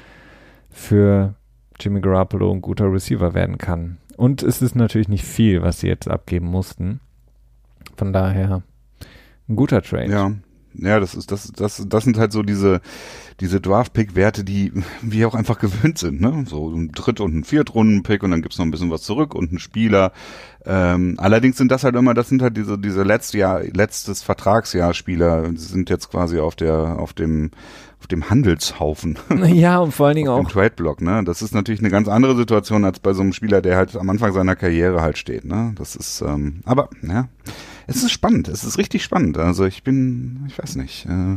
für Jimmy Garoppolo ein guter Receiver werden kann. Und es ist natürlich nicht viel, was sie jetzt abgeben mussten. Von daher ein guter Trade. Ja, ja, das ist das, das, das sind halt so diese diese Draft-Pick-Werte, die wir auch einfach gewöhnt sind, ne? So ein Dritt- und ein Viertrunden-Pick und dann gibt's noch ein bisschen was zurück und ein Spieler. Ähm, allerdings sind das halt immer, das sind halt diese diese letzte Jahr, letztes Vertragsjahr-Spieler. Die sind jetzt quasi auf der auf dem auf dem Handelshaufen. Ja, und vor allen Dingen auf auch dem Trade-Block, ne? Das ist natürlich eine ganz andere Situation als bei so einem Spieler, der halt am Anfang seiner Karriere halt steht, ne? Das ist, ähm, aber, ja, es ist spannend, es ist richtig spannend. Also ich bin, ich weiß nicht. Äh,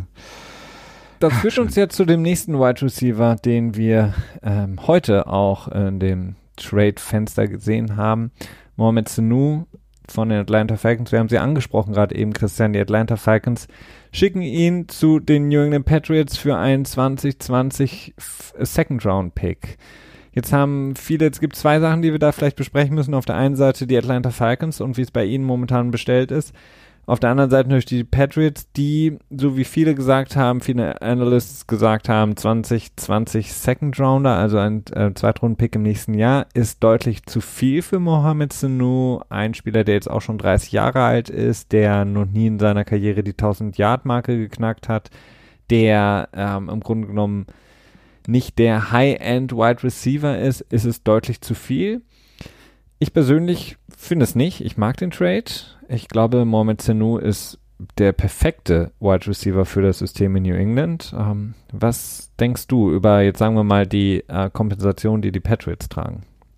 das führt uns jetzt zu dem nächsten Wide Receiver, den wir ähm, heute auch in dem Trade-Fenster gesehen haben. Mohamed Sanu von den Atlanta Falcons. Wir haben sie angesprochen gerade eben, Christian, die Atlanta Falcons schicken ihn zu den New England Patriots für einen zwanzig zwanzig Second-Round-Pick. Jetzt haben viele, es gibt zwei Sachen, die wir da vielleicht besprechen müssen. Auf der einen Seite die Atlanta Falcons und wie es bei ihnen momentan bestellt ist. Auf der anderen Seite natürlich die Patriots, die, so wie viele gesagt haben, viele Analysts gesagt haben, zwanzig zwanzig Second Rounder, also ein äh, Zweitrunden-Pick im nächsten Jahr, ist deutlich zu viel für Mohamed Sanu. Ein Spieler, der jetzt auch schon dreißig Jahre alt ist, der noch nie in seiner Karriere die tausend-Yard-Marke geknackt hat, der ähm, im Grunde genommen nicht der High-End-Wide Receiver ist, ist es deutlich zu viel. Ich persönlich finde es nicht. Ich mag den Trade. Ich glaube, Mohamed Sanu ist der perfekte Wide Receiver für das System in New England. Ähm, was denkst du über, jetzt sagen wir mal, die äh, Kompensation, die die Patriots tragen?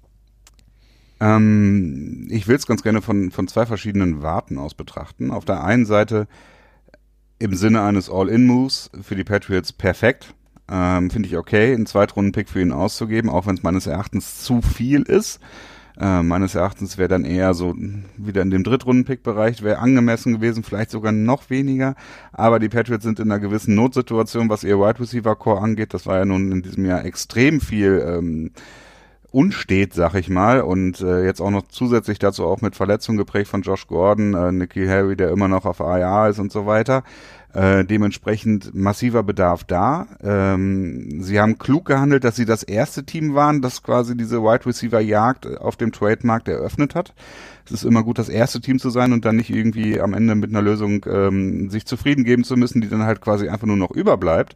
Ähm, ich will es ganz gerne von, von zwei verschiedenen Warten aus betrachten. Auf der einen Seite im Sinne eines All-In-Moves für die Patriots perfekt. Ähm, finde ich okay, einen Zweitrunden-Pick für ihn auszugeben, auch wenn es meines Erachtens zu viel ist. Äh, meines Erachtens wäre dann eher so wieder in dem Drittrunden-Pick-Bereich, wäre angemessen gewesen, vielleicht sogar noch weniger, aber die Patriots sind in einer gewissen Notsituation, was ihr Wide Receiver Core angeht. Das war ja nun in diesem Jahr extrem viel ähm, unstet, sag ich mal, und äh, jetzt auch noch zusätzlich dazu auch mit Verletzungen geprägt von Josh Gordon, äh, N'Keal Harry, der immer noch auf I R ist und so weiter. Äh, dementsprechend massiver Bedarf da. Ähm, sie haben klug gehandelt, dass sie das erste Team waren, das quasi diese Wide Receiver Jagd auf dem Trademarkt eröffnet hat. Es ist immer gut, das erste Team zu sein und dann nicht irgendwie am Ende mit einer Lösung ähm, sich zufrieden geben zu müssen, die dann halt quasi einfach nur noch überbleibt.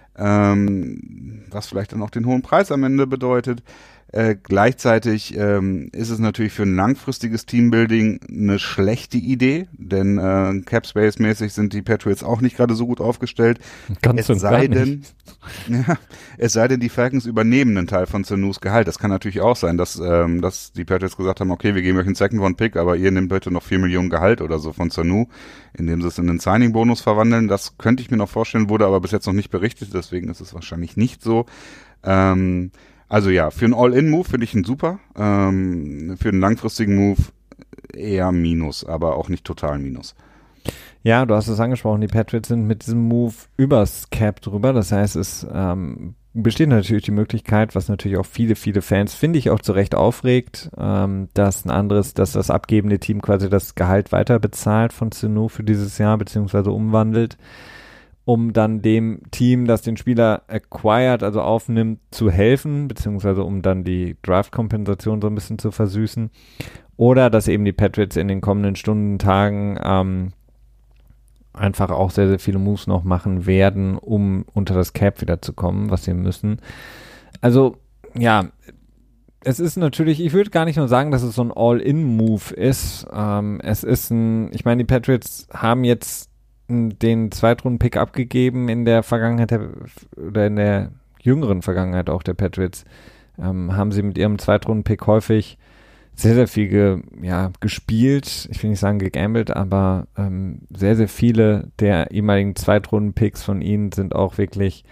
Ähm, was vielleicht dann auch den hohen Preis am Ende bedeutet. Äh, gleichzeitig ähm, ist es natürlich für ein langfristiges Teambuilding eine schlechte Idee, denn äh, Capspace-mäßig sind die Patriots auch nicht gerade so gut aufgestellt. Ganz es sei denn, ja, es sei denn, die Falcons übernehmen einen Teil von Sanus Gehalt. Das kann natürlich auch sein, dass, ähm, dass die Patriots gesagt haben, okay, wir geben euch einen Second-Round-Pick, aber ihr nehmt bitte noch vier Millionen Gehalt oder so von Sanu, indem sie es in einen Signing-Bonus verwandeln. Das könnte ich mir noch vorstellen, wurde aber bis jetzt noch nicht berichtet, deswegen ist es wahrscheinlich nicht so. Ähm, Also ja, für einen All-In-Move finde ich ihn super. Ähm, für einen langfristigen Move eher Minus, aber auch nicht total Minus. Ja, du hast es angesprochen, die Patriots sind mit diesem Move übers Cap drüber. Das heißt, es ähm, besteht natürlich die Möglichkeit, was natürlich auch viele, viele Fans, finde ich, auch zu Recht aufregt, ähm, dass ein anderes, dass das abgebende Team quasi das Gehalt weiter bezahlt von Sanu für dieses Jahr, beziehungsweise umwandelt, um dann dem Team, das den Spieler acquired, also aufnimmt, zu helfen, beziehungsweise um dann die Draft-Kompensation so ein bisschen zu versüßen. Oder dass eben die Patriots in den kommenden Stunden, Tagen ähm, einfach auch sehr, sehr viele Moves noch machen werden, um unter das Cap wieder zu kommen, was sie müssen. Also, ja, es ist natürlich, ich würde gar nicht nur sagen, dass es so ein All-In-Move ist. Ähm, es ist ein, ich meine, die Patriots haben jetzt den Zweitrunden-Pick abgegeben in der Vergangenheit der, oder in der jüngeren Vergangenheit auch der Patriots, ähm, haben sie mit ihrem Zweitrunden-Pick häufig sehr, sehr viel ge, ja, gespielt. Ich will nicht sagen gegambelt, aber ähm, sehr, sehr viele der ehemaligen Zweitrunden-Picks von ihnen sind auch wirklich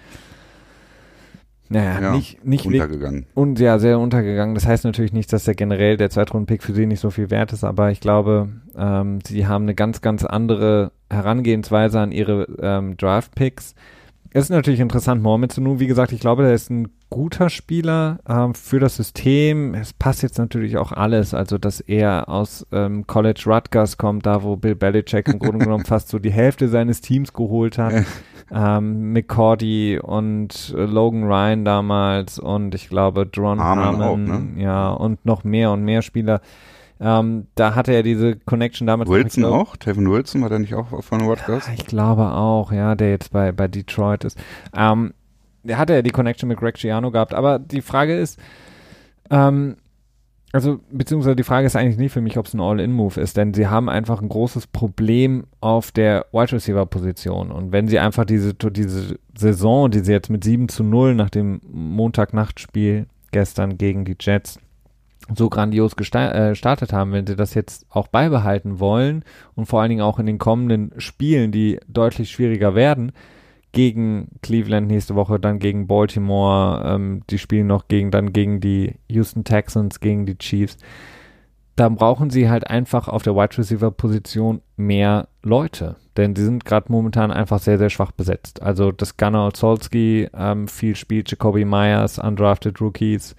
naja, ja, nicht, nicht untergegangen. Und ja, sehr untergegangen. Das heißt natürlich nicht, dass der generell der Zweitrunden-Pick für sie nicht so viel wert ist, aber ich glaube, ähm, sie haben eine ganz, ganz andere Herangehensweise an ihre ähm, Draft-Picks. Es ist natürlich interessant, Mohamed Sanu, wie gesagt, ich glaube, der ist ein guter Spieler ähm, für das System. Es passt jetzt natürlich auch alles, also dass er aus ähm, College Rutgers kommt, da wo Bill Belichick im Grunde genommen fast so die Hälfte seines Teams geholt hat. ähm, McCordy und äh, Logan Ryan damals und ich glaube Deron Harmon, auch, ne? Ja, und noch mehr und mehr Spieler. Ähm, da hatte er diese Connection damals. Wilson glaub, auch? Tevin Wilson, war der nicht auch von Rutgers? Ich glaube auch, ja, der jetzt bei, bei Detroit ist. Ähm, der hatte ja die Connection mit Greg Schiano gehabt, aber die Frage ist, ähm, also, beziehungsweise die Frage ist eigentlich nicht für mich, ob es ein All-In-Move ist, denn sie haben einfach ein großes Problem auf der Wide-Receiver-Position und wenn sie einfach diese, diese Saison, die sie jetzt mit sieben zu null nach dem Montagnachtspiel gestern gegen die Jets so grandios gestartet haben, wenn sie das jetzt auch beibehalten wollen und vor allen Dingen auch in den kommenden Spielen, die deutlich schwieriger werden, gegen Cleveland nächste Woche, dann gegen Baltimore, ähm, die spielen noch gegen, dann gegen die Houston Texans, gegen die Chiefs, dann brauchen sie halt einfach auf der Wide Receiver Position mehr Leute, denn sie sind gerade momentan einfach sehr, sehr schwach besetzt. Also das Gunnar Olszewski, ähm, viel spielt, Jacoby Myers, undrafted Rookies,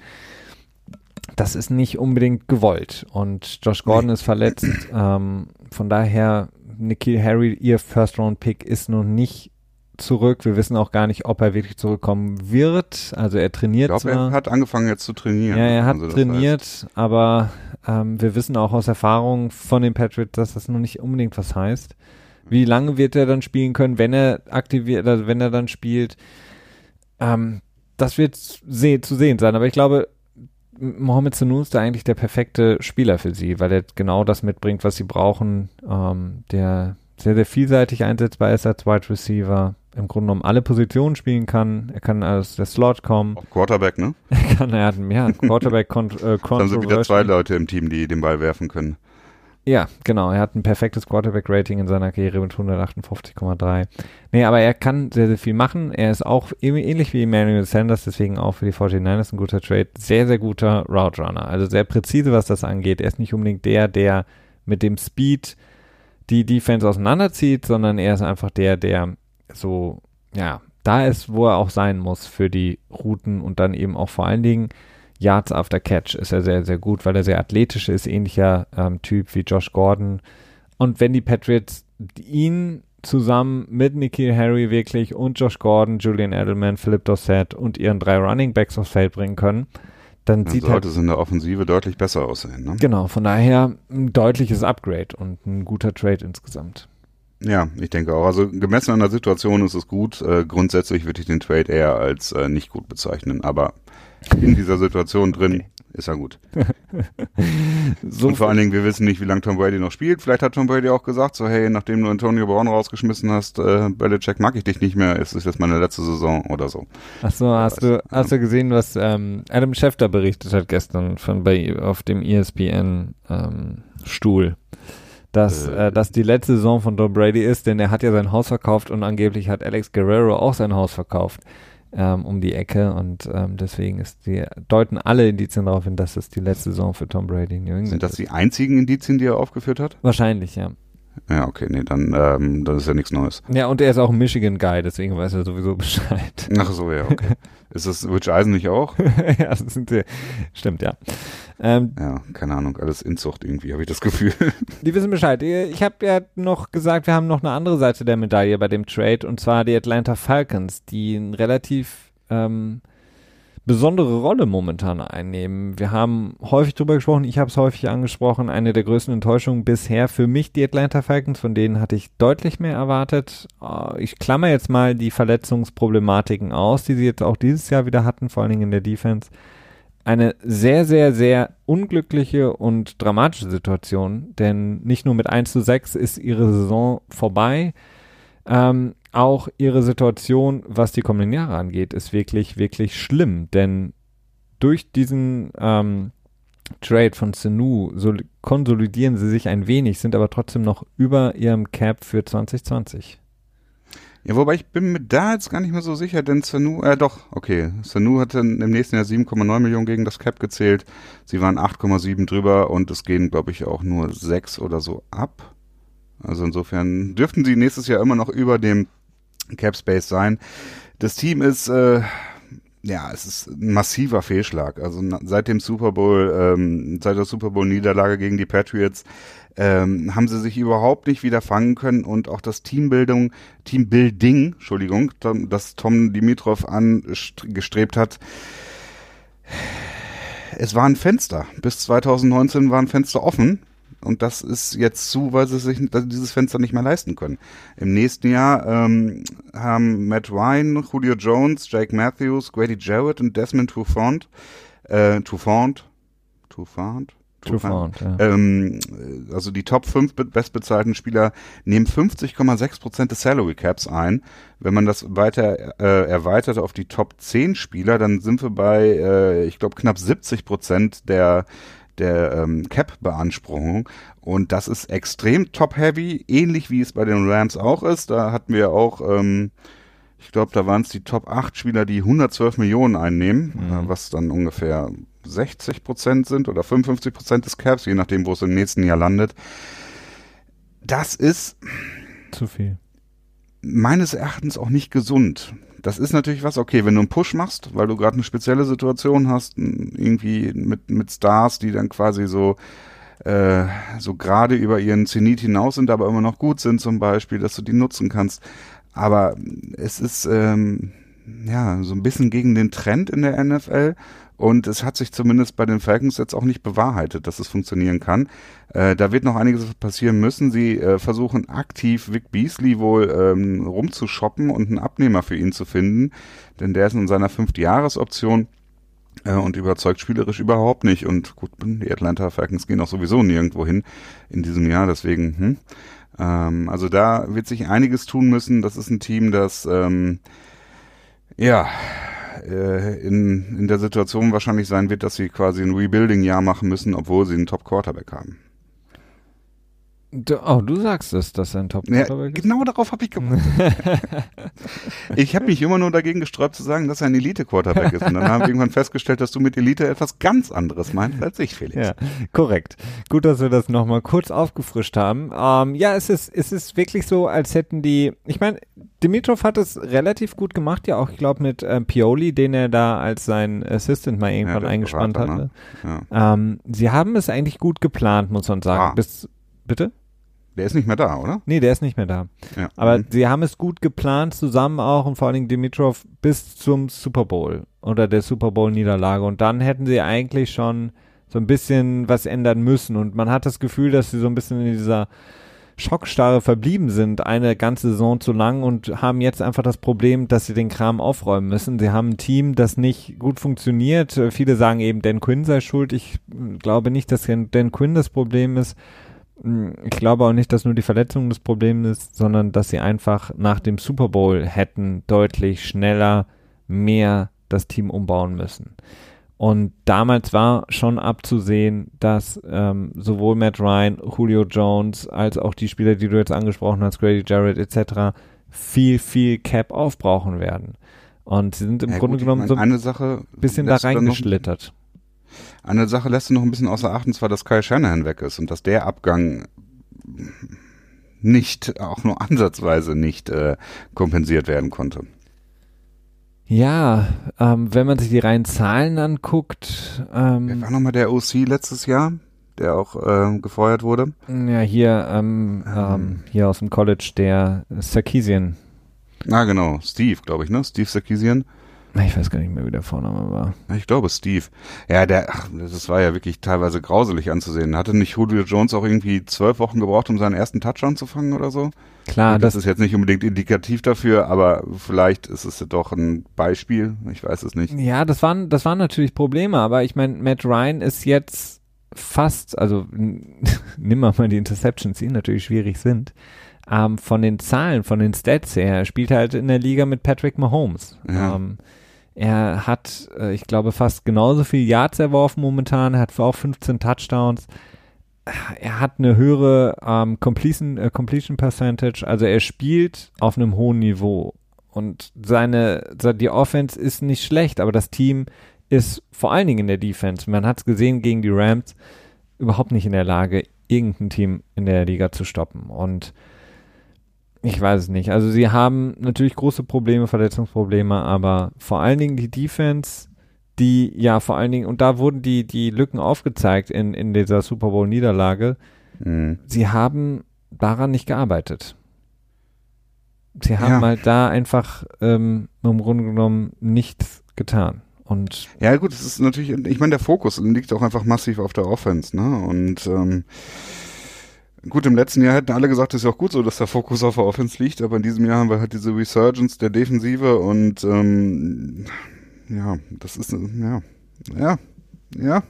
das ist nicht unbedingt gewollt und Josh Gordon nee. ist verletzt, ähm, von daher N'Keal Harry, ihr First-Round-Pick ist noch nicht zurück, wir wissen auch gar nicht, ob er wirklich zurückkommen wird, also er trainiert Ich glaube, er hat angefangen jetzt zu trainieren. Ja, er hat also trainiert, heißt. aber ähm, wir wissen auch aus Erfahrung von den Patriots, dass das noch nicht unbedingt was heißt. Wie lange wird er dann spielen können, wenn er aktiviert, also wenn er dann spielt, ähm, das wird se- zu sehen sein, aber ich glaube, Mohamed Sanu ist da eigentlich der perfekte Spieler für sie, weil er genau das mitbringt, was sie brauchen, ähm, der sehr, sehr vielseitig einsetzbar ist als Wide Receiver, im Grunde genommen alle Positionen spielen kann, er kann aus der Slot kommen. Auch Quarterback, ne? Er kann, er hat ja, Quarterback kon- äh, Dann haben sie wieder zwei Leute im Team, die den Ball werfen können. Ja, genau, er hat ein perfektes Quarterback-Rating in seiner Karriere mit hundertachtundfünfzig Komma drei. Nee, aber er kann sehr, sehr viel machen. Er ist auch ähnlich wie Emmanuel Sanders, deswegen auch für die forty-niners ein guter Trade. Sehr, sehr guter Route Runner. Also sehr präzise, was das angeht. Er ist nicht unbedingt der, der mit dem Speed die Defense auseinanderzieht, sondern er ist einfach der, der so, ja, da ist, wo er auch sein muss für die Routen und dann eben auch vor allen Dingen Yards after Catch ist er sehr, sehr gut, weil er sehr athletisch ist, ähnlicher ähm, Typ wie Josh Gordon. Und wenn die Patriots ihn zusammen mit N'Keal Harry wirklich und Josh Gordon, Julian Edelman, Philip Dorsett und ihren drei Running Backs aufs Feld bringen können, dann, dann sieht sollte halt, es in der Offensive deutlich besser aussehen. Ne? Genau, von daher ein deutliches Upgrade und ein guter Trade insgesamt. Ja, ich denke auch. Also gemessen an der Situation ist es gut. Äh, grundsätzlich würde ich den Trade eher als äh, nicht gut bezeichnen, aber in dieser Situation drin ist er gut. So, und vor allen Dingen, wir wissen nicht, wie lange Tom Brady noch spielt. Vielleicht hat Tom Brady auch gesagt, so hey, nachdem du Antonio Brown rausgeschmissen hast, äh, Belichick mag ich dich nicht mehr, es ist jetzt meine letzte Saison oder so. Ach so, hast du, hast du gesehen, was ähm, Adam Schefter berichtet hat gestern von bei auf dem E S P N ähm, Stuhl? Dass, äh, äh, dass die letzte Saison von Tom Brady ist, denn er hat ja sein Haus verkauft und angeblich hat Alex Guerrero auch sein Haus verkauft. Ähm, um die Ecke und ähm, deswegen ist die, deuten alle Indizien darauf hin, dass es die letzte Saison für Tom Brady in New England ist. Sind das die einzigen Indizien, die er aufgeführt hat? Wahrscheinlich, ja. Ja, okay, nee, dann ähm, das ist ja nichts Neues. Ja, und er ist auch ein Michigan-Guy, deswegen weiß er sowieso Bescheid. Ach so, ja, okay. Ist das Rich Eisen nicht auch? Ja, das sind die, stimmt, ja. Ähm, ja, keine Ahnung, alles Inzucht irgendwie, habe ich das Gefühl. Die wissen Bescheid. Ich habe ja noch gesagt, wir haben noch eine andere Seite der Medaille bei dem Trade, und zwar die Atlanta Falcons, die ein relativ ähm, besondere Rolle momentan einnehmen. Wir haben häufig drüber gesprochen, ich habe es häufig angesprochen, eine der größten Enttäuschungen bisher für mich die Atlanta Falcons, von denen hatte ich deutlich mehr erwartet. Ich klammer jetzt mal die Verletzungsproblematiken aus, die sie jetzt auch dieses Jahr wieder hatten, vor allen Dingen in der Defense. Eine sehr, sehr, sehr unglückliche und dramatische Situation, denn nicht nur mit eins zu sechs ist ihre Saison vorbei, ähm, auch ihre Situation, was die kommenden Jahre angeht, ist wirklich, wirklich schlimm, denn durch diesen ähm, Trade von Sanu so konsolidieren sie sich ein wenig, sind aber trotzdem noch über ihrem Cap für zwanzig zwanzig. Ja, wobei ich bin mir da jetzt gar nicht mehr so sicher, denn Sanu, äh doch, okay, Sanu hatte im nächsten Jahr sieben Komma neun Millionen gegen das Cap gezählt, sie waren acht Komma sieben drüber und es gehen, glaube ich, auch nur sechs oder so ab. Also insofern dürften sie nächstes Jahr immer noch über dem Cap Space sein. Das Team ist, äh, ja, es ist ein massiver Fehlschlag. Also na, seit dem Super Bowl, ähm, seit der Super Bowl Niederlage gegen die Patriots, ähm, haben sie sich überhaupt nicht wieder fangen können und auch das Teambildung, Teambuilding, Entschuldigung, das Tom Dimitrov angestrebt hat. Es war ein Fenster. Bis zwanzig neunzehn war ein Fenster offen. Und das ist jetzt zu, weil sie sich dieses Fenster nicht mehr leisten können. Im nächsten Jahr ähm, haben Matt Ryan, Julio Jones, Jake Matthews, Grady Jarrett und Desmond Trufant, äh, Trufant, Trufant, Trufant, ja. Ähm, also die Top fünf bestbezahlten Spieler nehmen fünfzig Komma sechs Prozent des Salary Caps ein. Wenn man das weiter äh, erweitert auf die Top zehn Spieler, dann sind wir bei, äh, ich glaube, knapp siebzig Prozent der der ähm, Cap-Beanspruchung, und das ist extrem top-heavy, ähnlich wie es bei den Rams auch ist. Da hatten wir auch, ähm, ich glaube, da waren es die Top acht Spieler, die hundertzwölf Millionen einnehmen, mhm. äh, was dann ungefähr sechzig Prozent sind oder fünfundfünfzig Prozent des Caps, je nachdem, wo es im nächsten Jahr landet. Das ist zu viel. Meines Erachtens auch nicht gesund. Das ist natürlich was, okay, wenn du einen Push machst, weil du gerade eine spezielle Situation hast, irgendwie mit mit Stars, die dann quasi so äh, so gerade über ihren Zenit hinaus sind, aber immer noch gut sind zum Beispiel, dass du die nutzen kannst. Aber es ist ähm, ja so ein bisschen gegen den Trend in der N F L. Und es hat sich zumindest bei den Falcons jetzt auch nicht bewahrheitet, dass es funktionieren kann. Äh, da wird noch einiges passieren müssen. Sie äh, versuchen aktiv Vic Beasley wohl ähm, rumzushoppen und einen Abnehmer für ihn zu finden. Denn der ist in seiner Fünftjahresoption äh, und überzeugt spielerisch überhaupt nicht. Und gut, die Atlanta Falcons gehen auch sowieso nirgendwo hin in diesem Jahr. Deswegen, hm. ähm, also da wird sich einiges tun müssen. Das ist ein Team, das, ähm, ja... In, in der Situation wahrscheinlich sein wird, dass sie quasi ein Rebuilding-Jahr machen müssen, obwohl sie einen Top-Quarterback haben. Du, oh, du sagst es, dass er ein Top-Quarterback ja, ist? Genau darauf habe ich gemacht. Ich habe mich immer nur dagegen gesträubt zu sagen, dass er ein Elite-Quarterback ist. Und dann haben wir irgendwann festgestellt, dass du mit Elite etwas ganz anderes meinst als ich, Felix. Ja, korrekt. Gut, dass wir das nochmal kurz aufgefrischt haben. Ähm, ja, es ist, es ist wirklich so, als hätten die, ich meine, Dimitrov hat es relativ gut gemacht, ja auch, ich glaube, mit äh, Pioli, den er da als sein Assistant mal irgendwann ja, eingespannt Berater, hatte. Ne? Ja. Ähm, sie haben es eigentlich gut geplant, muss man sagen. Ah. Bis, bitte? Der ist nicht mehr da, oder? Nee, der ist nicht mehr da. Ja. Aber mhm. sie haben es gut geplant, zusammen auch und vor allen Dingen Dimitrov bis zum Super Bowl oder der Super Bowl-Niederlage. Und dann hätten sie eigentlich schon so ein bisschen was ändern müssen. Und man hat das Gefühl, dass sie so ein bisschen in dieser Schockstarre verblieben sind, eine ganze Saison zu lang und haben jetzt einfach das Problem, dass sie den Kram aufräumen müssen. Sie haben ein Team, das nicht gut funktioniert. Viele sagen eben, Dan Quinn sei schuld. Ich glaube nicht, dass Dan Quinn das Problem ist. Ich glaube auch nicht, dass nur die Verletzung das Problem ist, sondern dass sie einfach nach dem Super Bowl hätten deutlich schneller mehr das Team umbauen müssen. Und damals war schon abzusehen, dass ähm, sowohl Matt Ryan, Julio Jones, als auch die Spieler, die du jetzt angesprochen hast, Grady Jarrett et cetera, viel, viel Cap aufbrauchen werden. Und sie sind im ja, Grunde gut, genommen ich mein, so ein bisschen da reingeschlittert. Eine Sache lässt du noch ein bisschen außer Acht, und zwar, dass Kyle Shanahan weg ist und dass der Abgang nicht, auch nur ansatzweise nicht äh, kompensiert werden konnte. Ja, ähm, wenn man sich die reinen Zahlen anguckt. Ähm, Wer war nochmal der O C letztes Jahr, der auch äh, gefeuert wurde? Ja, hier, ähm, ähm, ähm, hier aus dem College, der Sarkisian. Ah, genau, Steve, glaube ich, ne? Steve Sarkisian. Ich weiß gar nicht mehr, wie der Vorname war. Ich glaube, Steve. Ja, der, ach, das war ja wirklich teilweise grauselig anzusehen. Hatte nicht Julio Jones auch irgendwie zwölf Wochen gebraucht, um seinen ersten Touchdown zu fangen oder so? Klar. Das, das ist jetzt nicht unbedingt indikativ dafür, aber vielleicht ist es doch ein Beispiel. Ich weiß es nicht. Ja, das waren, das waren natürlich Probleme, aber ich meine, Matt Ryan ist jetzt fast, also nimm mal die Interceptions, die natürlich schwierig sind. Ähm, von den Zahlen, von den Stats her, er spielt halt in der Liga mit Patrick Mahomes. Ja. Ähm, er hat, äh, ich glaube, fast genauso viel Yards erworfen momentan, er hat auch fünfzehn Touchdowns. Er hat eine höhere ähm, Completion, äh, Completion Percentage, also er spielt auf einem hohen Niveau. Und seine, die Offense ist nicht schlecht, aber das Team ist vor allen Dingen in der Defense, man hat es gesehen gegen die Rams, überhaupt nicht in der Lage, irgendein Team in der Liga zu stoppen. Und ich weiß es nicht. Also sie haben natürlich große Probleme, Verletzungsprobleme, aber vor allen Dingen die Defense, die ja vor allen Dingen, und da wurden die, die Lücken aufgezeigt in, in dieser Super Bowl-Niederlage, mhm. sie haben daran nicht gearbeitet. Sie haben ja. halt da einfach ähm, im Grunde genommen nichts getan. Und ja gut, es ist natürlich, ich meine, der Fokus liegt auch einfach massiv auf der Offense, ne? Und ähm, gut, im letzten Jahr hätten alle gesagt, es ist ja auch gut so, dass der Fokus auf der Offense liegt, aber in diesem Jahr haben wir halt diese Resurgence der Defensive und ähm, ja, das ist, ja, ja, ja.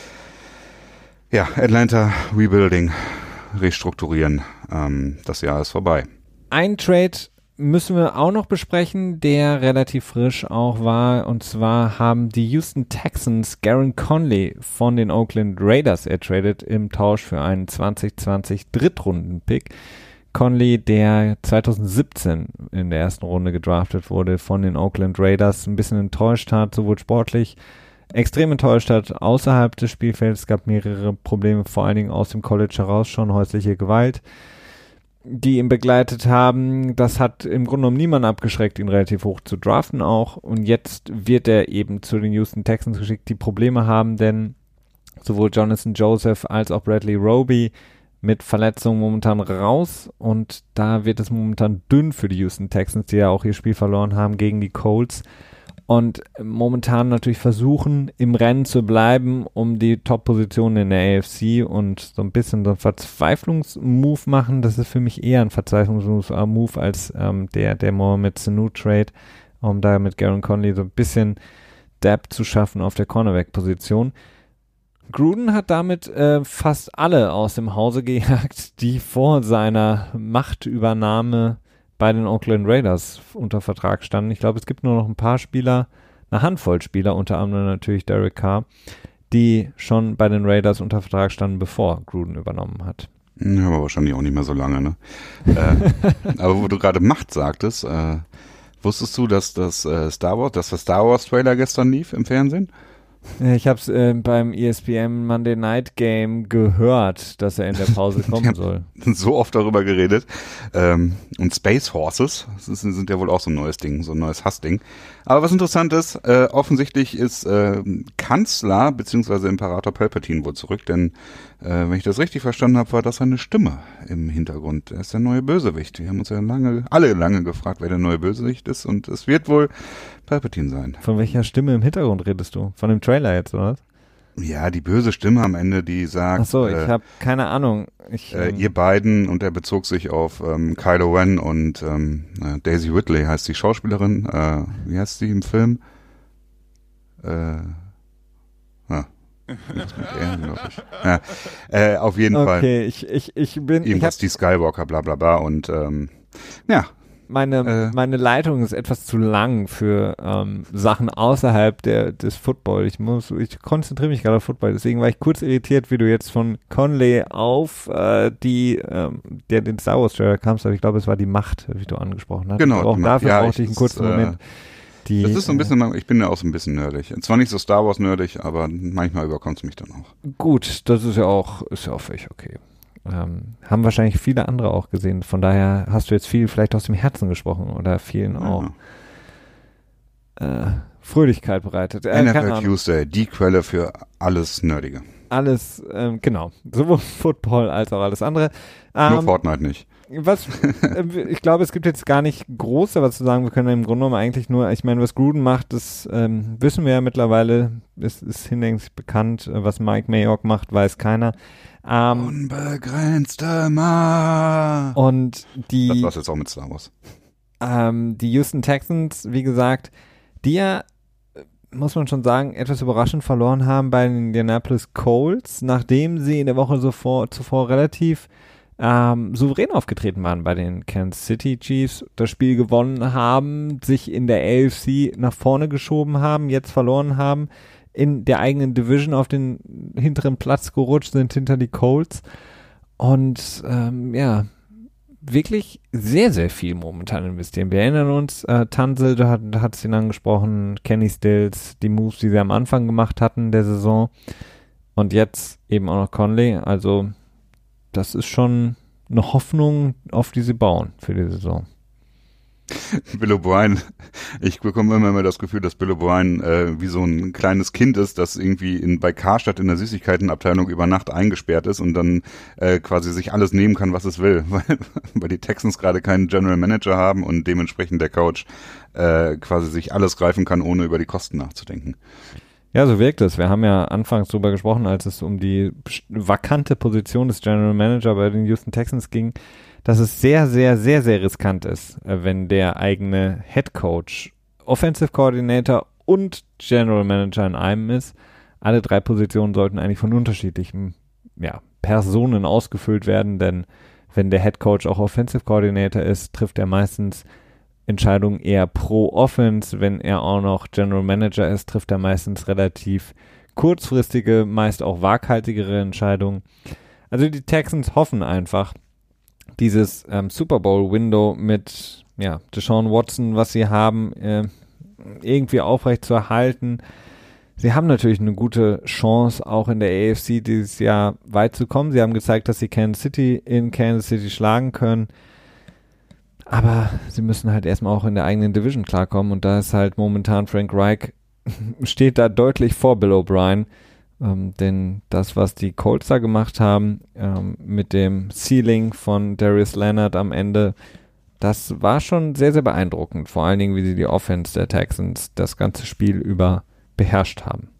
Ja, Atlanta Rebuilding, restrukturieren, ähm, das Jahr ist vorbei. Ein Trade müssen wir auch noch besprechen, der relativ frisch auch war, und zwar haben die Houston Texans Garon Conley von den Oakland Raiders ertradet im Tausch für einen zwanzig zwanzig Drittrunden-Pick. Conley, der zwanzig siebzehn in der ersten Runde gedraftet wurde von den Oakland Raiders, ein bisschen enttäuscht hat, sowohl sportlich, extrem enttäuscht hat außerhalb des Spielfelds. Es gab mehrere Probleme, vor allen Dingen aus dem College heraus schon, häusliche Gewalt, die ihn begleitet haben. Das hat im Grunde genommen niemanden abgeschreckt, ihn relativ hoch zu draften auch. Und jetzt wird er eben zu den Houston Texans geschickt, die Probleme haben, denn sowohl Jonathan Joseph als auch Bradley Roby mit Verletzungen momentan raus. Und da wird es momentan dünn für die Houston Texans, die ja auch ihr Spiel verloren haben gegen die Colts. Und momentan natürlich versuchen, im Rennen zu bleiben, um die Top-Position in der A F C und so ein bisschen so einen Verzweiflungsmove machen. Das ist für mich eher ein Verzweiflungsmove als ähm, der, der Mohamed Sanu-Trade, um da mit Garon Conley so ein bisschen Depth zu schaffen auf der Cornerback-Position. Gruden hat damit äh, fast alle aus dem Hause gejagt, die vor seiner Machtübernahme bei den Oakland Raiders unter Vertrag standen. Ich glaube, es gibt nur noch ein paar Spieler, eine Handvoll Spieler, unter anderem natürlich Derek Carr, die schon bei den Raiders unter Vertrag standen, bevor Gruden übernommen hat. Ja, aber wahrscheinlich auch nicht mehr so lange, ne? äh, aber wo du gerade Macht sagtest, äh, wusstest du, dass das äh, Star Wars, dass der Star Wars Trailer gestern lief im Fernsehen? Ich habe es äh, beim E S P N Monday Night Game gehört, dass er in der Pause kommen soll. So oft darüber geredet. Ähm, und Space Horses, das ist, sind ja wohl auch so ein neues Ding, so ein neues Hassding. Aber was interessant ist, äh, offensichtlich ist äh, Kanzler bzw. Imperator Palpatine wohl zurück, denn äh, wenn ich das richtig verstanden habe, war das eine Stimme im Hintergrund. Er ist der neue Bösewicht. Wir haben uns ja lange, alle lange gefragt, wer der neue Bösewicht ist, und es wird wohl Palpatine sein. Von welcher Stimme im Hintergrund redest du? Von dem Trailer jetzt, oder was? Ja, die böse Stimme am Ende, die sagt, Ach so, ich äh, habe keine Ahnung. Ich, äh, ähm, ihr beiden, und er bezog sich auf ähm, Kylo Ren und ähm, äh, Daisy Ridley heißt die Schauspielerin. Äh, wie heißt sie im Film? Äh, ah, das mit R, glaub ich. Ja, äh, auf jeden okay, Fall. Okay, ich, ich, ich bin... Irgendwas, ich die Skywalker, bla bla bla, und ähm, ja. Meine, Äh. meine Leitung ist etwas zu lang für ähm, Sachen außerhalb der, des Football. Ich muss, ich konzentriere mich gerade auf Football, deswegen war ich kurz irritiert, wie du jetzt von Conley auf äh, die, ähm, der den Star Wars Trailer kamst, aber ich glaube, es war die Macht, wie du angesprochen hast. Genau. Auch die dafür ja, brauchte ich einen kurzen äh, Moment. Die, das ist so ein bisschen, ich bin ja auch so ein bisschen nerdig. Zwar nicht so Star Wars nerdig, aber manchmal überkommt es mich dann auch. Gut, das ist ja auch, ist ja auch völlig okay. Ähm, haben wahrscheinlich viele andere auch gesehen. Von daher hast du jetzt viel vielleicht aus dem Herzen gesprochen oder vielen auch äh, Fröhlichkeit bereitet. Äh, N F L Tuesday, die Quelle für alles Nerdige. Alles, ähm, genau. Sowohl Football als auch alles andere. Ähm, Nur Fortnite nicht. Was, äh, ich glaube, es gibt jetzt gar nicht groß was zu sagen. Wir können im Grunde genommen eigentlich nur, ich meine, was Gruden macht, das ähm, wissen wir ja mittlerweile. Es ist hinlänglich bekannt. Was Mike Mayock macht, weiß keiner. Ähm, Unbegrenzte Macht. Und die, das war's jetzt auch mit Star Wars. Ähm, die Houston Texans, wie gesagt, die ja, muss man schon sagen, etwas überraschend verloren haben bei den Indianapolis Colts, nachdem sie in der Woche zuvor, zuvor relativ ähm, souverän aufgetreten waren bei den Kansas City Chiefs, das Spiel gewonnen haben, sich in der A F C nach vorne geschoben haben, jetzt verloren haben, in der eigenen Division auf den hinteren Platz gerutscht sind hinter die Colts und ähm, ja, wirklich sehr, sehr viel momentan investieren. Wir erinnern uns, äh, Tunsil, da hat, da hat es ihn angesprochen, Kenny Stills, die Moves, die sie am Anfang gemacht hatten der Saison und jetzt eben auch noch Conley, also das ist schon eine Hoffnung, auf die sie bauen für die Saison. Bill O'Brien, ich bekomme immer mehr das Gefühl, dass Bill O'Brien äh, wie so ein kleines Kind ist, das irgendwie in, bei Karstadt in der Süßigkeitenabteilung über Nacht eingesperrt ist und dann äh, quasi sich alles nehmen kann, was es will, weil, weil die Texans gerade keinen General Manager haben und dementsprechend der Coach äh, quasi sich alles greifen kann, ohne über die Kosten nachzudenken. Ja, so wirkt es. Wir haben ja anfangs drüber gesprochen, als es um die vakante Position des General Manager bei den Houston Texans ging, dass es sehr, sehr, sehr, sehr riskant ist, wenn der eigene Head Coach, Offensive Coordinator und General Manager in einem ist. Alle drei Positionen sollten eigentlich von unterschiedlichen ja, Personen ausgefüllt werden, denn wenn der Head Coach auch Offensive Coordinator ist, trifft er meistens Entscheidungen eher pro Offense. Wenn er auch noch General Manager ist, trifft er meistens relativ kurzfristige, meist auch waghaltigere Entscheidungen. Also die Texans hoffen einfach, dieses ähm, Super Bowl-Window mit ja, Deshaun Watson, was sie haben, äh, irgendwie aufrecht zu erhalten. Sie haben natürlich eine gute Chance, auch in der A F C dieses Jahr weit zu kommen. Sie haben gezeigt, dass sie Kansas City in Kansas City schlagen können. Aber sie müssen halt erstmal auch in der eigenen Division klarkommen. Und da ist halt momentan Frank Reich, steht da deutlich vor Bill O'Brien. Ähm, denn das, was die Colts da gemacht haben, ähm, mit dem Ceiling von Darius Leonard am Ende, das war schon sehr, sehr beeindruckend. Vor allen Dingen, wie sie die Offense der Texans das ganze Spiel über beherrscht haben.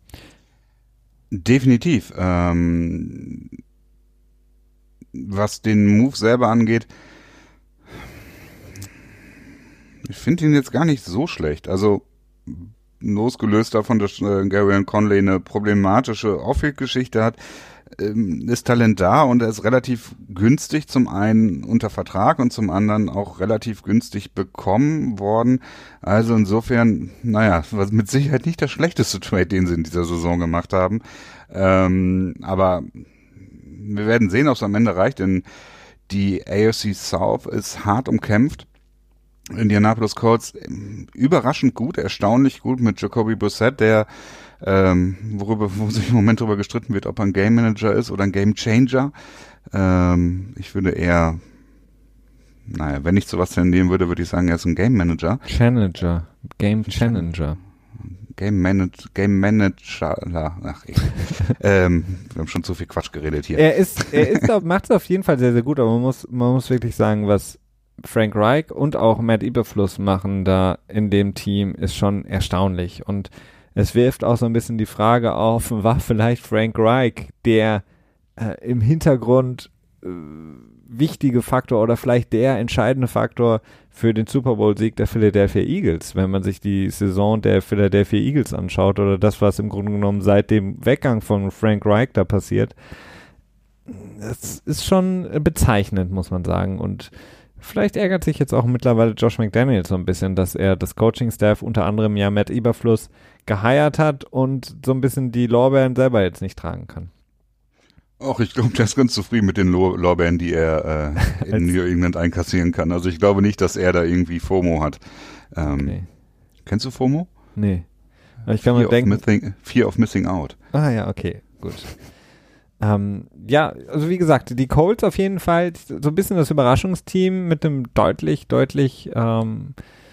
Definitiv. Ähm, was den Move selber angeht, ich finde ihn jetzt gar nicht so schlecht. Also losgelöst davon, dass äh, Gabriel Conley eine problematische Off-Field-Geschichte hat, ähm, ist Talent da und er ist relativ günstig, zum einen unter Vertrag und zum anderen auch relativ günstig bekommen worden. Also insofern, naja, was mit Sicherheit nicht der schlechteste Trade, den sie in dieser Saison gemacht haben. Ähm, aber wir werden sehen, ob es am Ende reicht, denn die A F C South ist hart umkämpft. Indianapolis Colts überraschend gut, erstaunlich gut mit Jacoby Brissett, der ähm, worüber wo sich im Moment darüber gestritten wird, ob er ein Game Manager ist oder ein Game Changer. Ähm, ich würde eher, naja, wenn ich sowas tendieren würde, würde ich sagen, er ist ein Game Manager. Challenger, Game Challenger. Game Manager, Game Manager, ach, ich, ähm, wir haben schon zu viel Quatsch geredet hier. Er ist, er ist, macht es auf jeden Fall sehr, sehr gut, aber man muss, man muss wirklich sagen, was Frank Reich und auch Matt Eberfluss machen da in dem Team ist schon erstaunlich und es wirft auch so ein bisschen die Frage auf, war vielleicht Frank Reich der äh, im Hintergrund äh, wichtige Faktor oder vielleicht der entscheidende Faktor für den Super Bowl-Sieg der Philadelphia Eagles, wenn man sich die Saison der Philadelphia Eagles anschaut oder das, was im Grunde genommen seit dem Weggang von Frank Reich da passiert. Das ist schon bezeichnend, muss man sagen, und vielleicht ärgert sich jetzt auch mittlerweile Josh McDaniels so ein bisschen, dass er das Coaching-Staff unter anderem ja Matt Eberfluss geheiert hat und so ein bisschen die Lorbeeren selber jetzt nicht tragen kann. Ach, ich glaube, der ist ganz zufrieden mit den Lor- Lorbeeren, die er äh, in New England einkassieren kann. Also ich glaube nicht, dass er da irgendwie FOMO hat. Ähm, okay. Kennst du FOMO? Nee. Aber ich kann mir denken... Missing, Fear of Missing Out. Ah ja, okay, gut. Ähm, ja, also wie gesagt, die Colts auf jeden Fall so ein bisschen das Überraschungsteam mit einem deutlich, deutlich, ähm,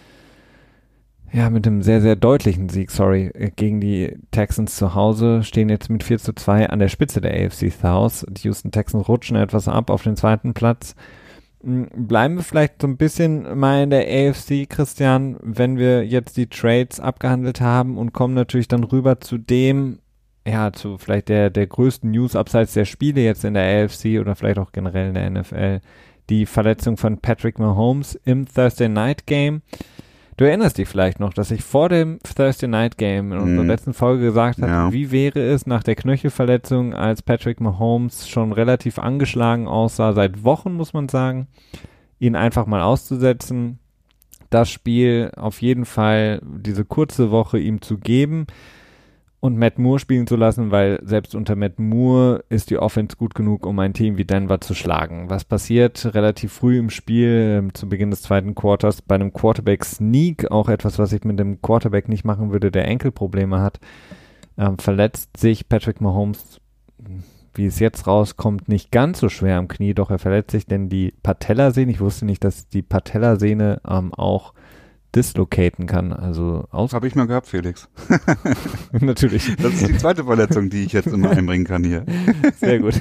ja, mit einem sehr, sehr deutlichen Sieg, sorry, gegen die Texans zu Hause, stehen jetzt mit vier zu zwei an der Spitze der A F C South. Die Houston Texans rutschen etwas ab auf den zweiten Platz. Bleiben wir vielleicht so ein bisschen mal in der A F C, Christian, wenn wir jetzt die Trades abgehandelt haben und kommen natürlich dann rüber zu dem, ja, zu vielleicht der, der größten News abseits der Spiele jetzt in der A F C oder vielleicht auch generell in der N F L, die Verletzung von Patrick Mahomes im Thursday Night Game. Du erinnerst dich vielleicht noch, dass ich vor dem Thursday Night Game in unserer mm. letzten Folge gesagt habe, ja. Wie wäre es nach der Knöchelverletzung, als Patrick Mahomes schon relativ angeschlagen aussah, seit Wochen muss man sagen, ihn einfach mal auszusetzen, das Spiel auf jeden Fall diese kurze Woche ihm zu geben und Matt Moore spielen zu lassen, weil selbst unter Matt Moore ist die Offense gut genug, um ein Team wie Denver zu schlagen. Was passiert relativ früh im Spiel, ähm, zu Beginn des zweiten Quarters, bei einem Quarterback-Sneak, auch etwas, was ich mit dem Quarterback nicht machen würde, der Enkelprobleme hat, ähm, verletzt sich Patrick Mahomes, wie es jetzt rauskommt, nicht ganz so schwer am Knie, doch er verletzt sich, denn die Patellasehne, ich wusste nicht, dass die Patellasehne ähm, auch dislocaten kann, also aus... Habe ich mal gehabt, Felix. Natürlich. Das ist die zweite Verletzung, die ich jetzt immer einbringen kann hier. Sehr gut.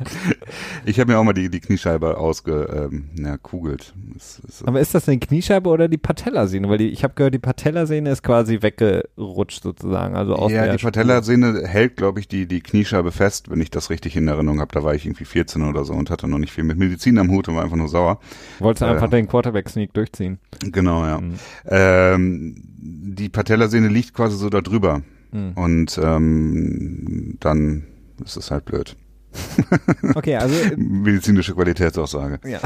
Ich habe mir auch mal die, die Kniescheibe ausgekugelt. Ähm, ja, Aber ist das eine Kniescheibe oder die Patellasehne? Weil die, ich habe gehört, die Patellasehne ist quasi weggerutscht sozusagen. Also aus ja, der die Patellasehne hält, glaube ich, die, die Kniescheibe fest, wenn ich das richtig in Erinnerung habe. Da war ich irgendwie vierzehn oder so und hatte noch nicht viel mit Medizin am Hut und war einfach nur sauer. Wolltest du äh, einfach den Quarterback-Sneak durchziehen? Genau, ja. Mhm. Ähm, die Patellasehne liegt quasi so da drüber. Mhm. Und ähm, dann ist es halt blöd. Okay, also medizinische Qualitätsaussage. Ja.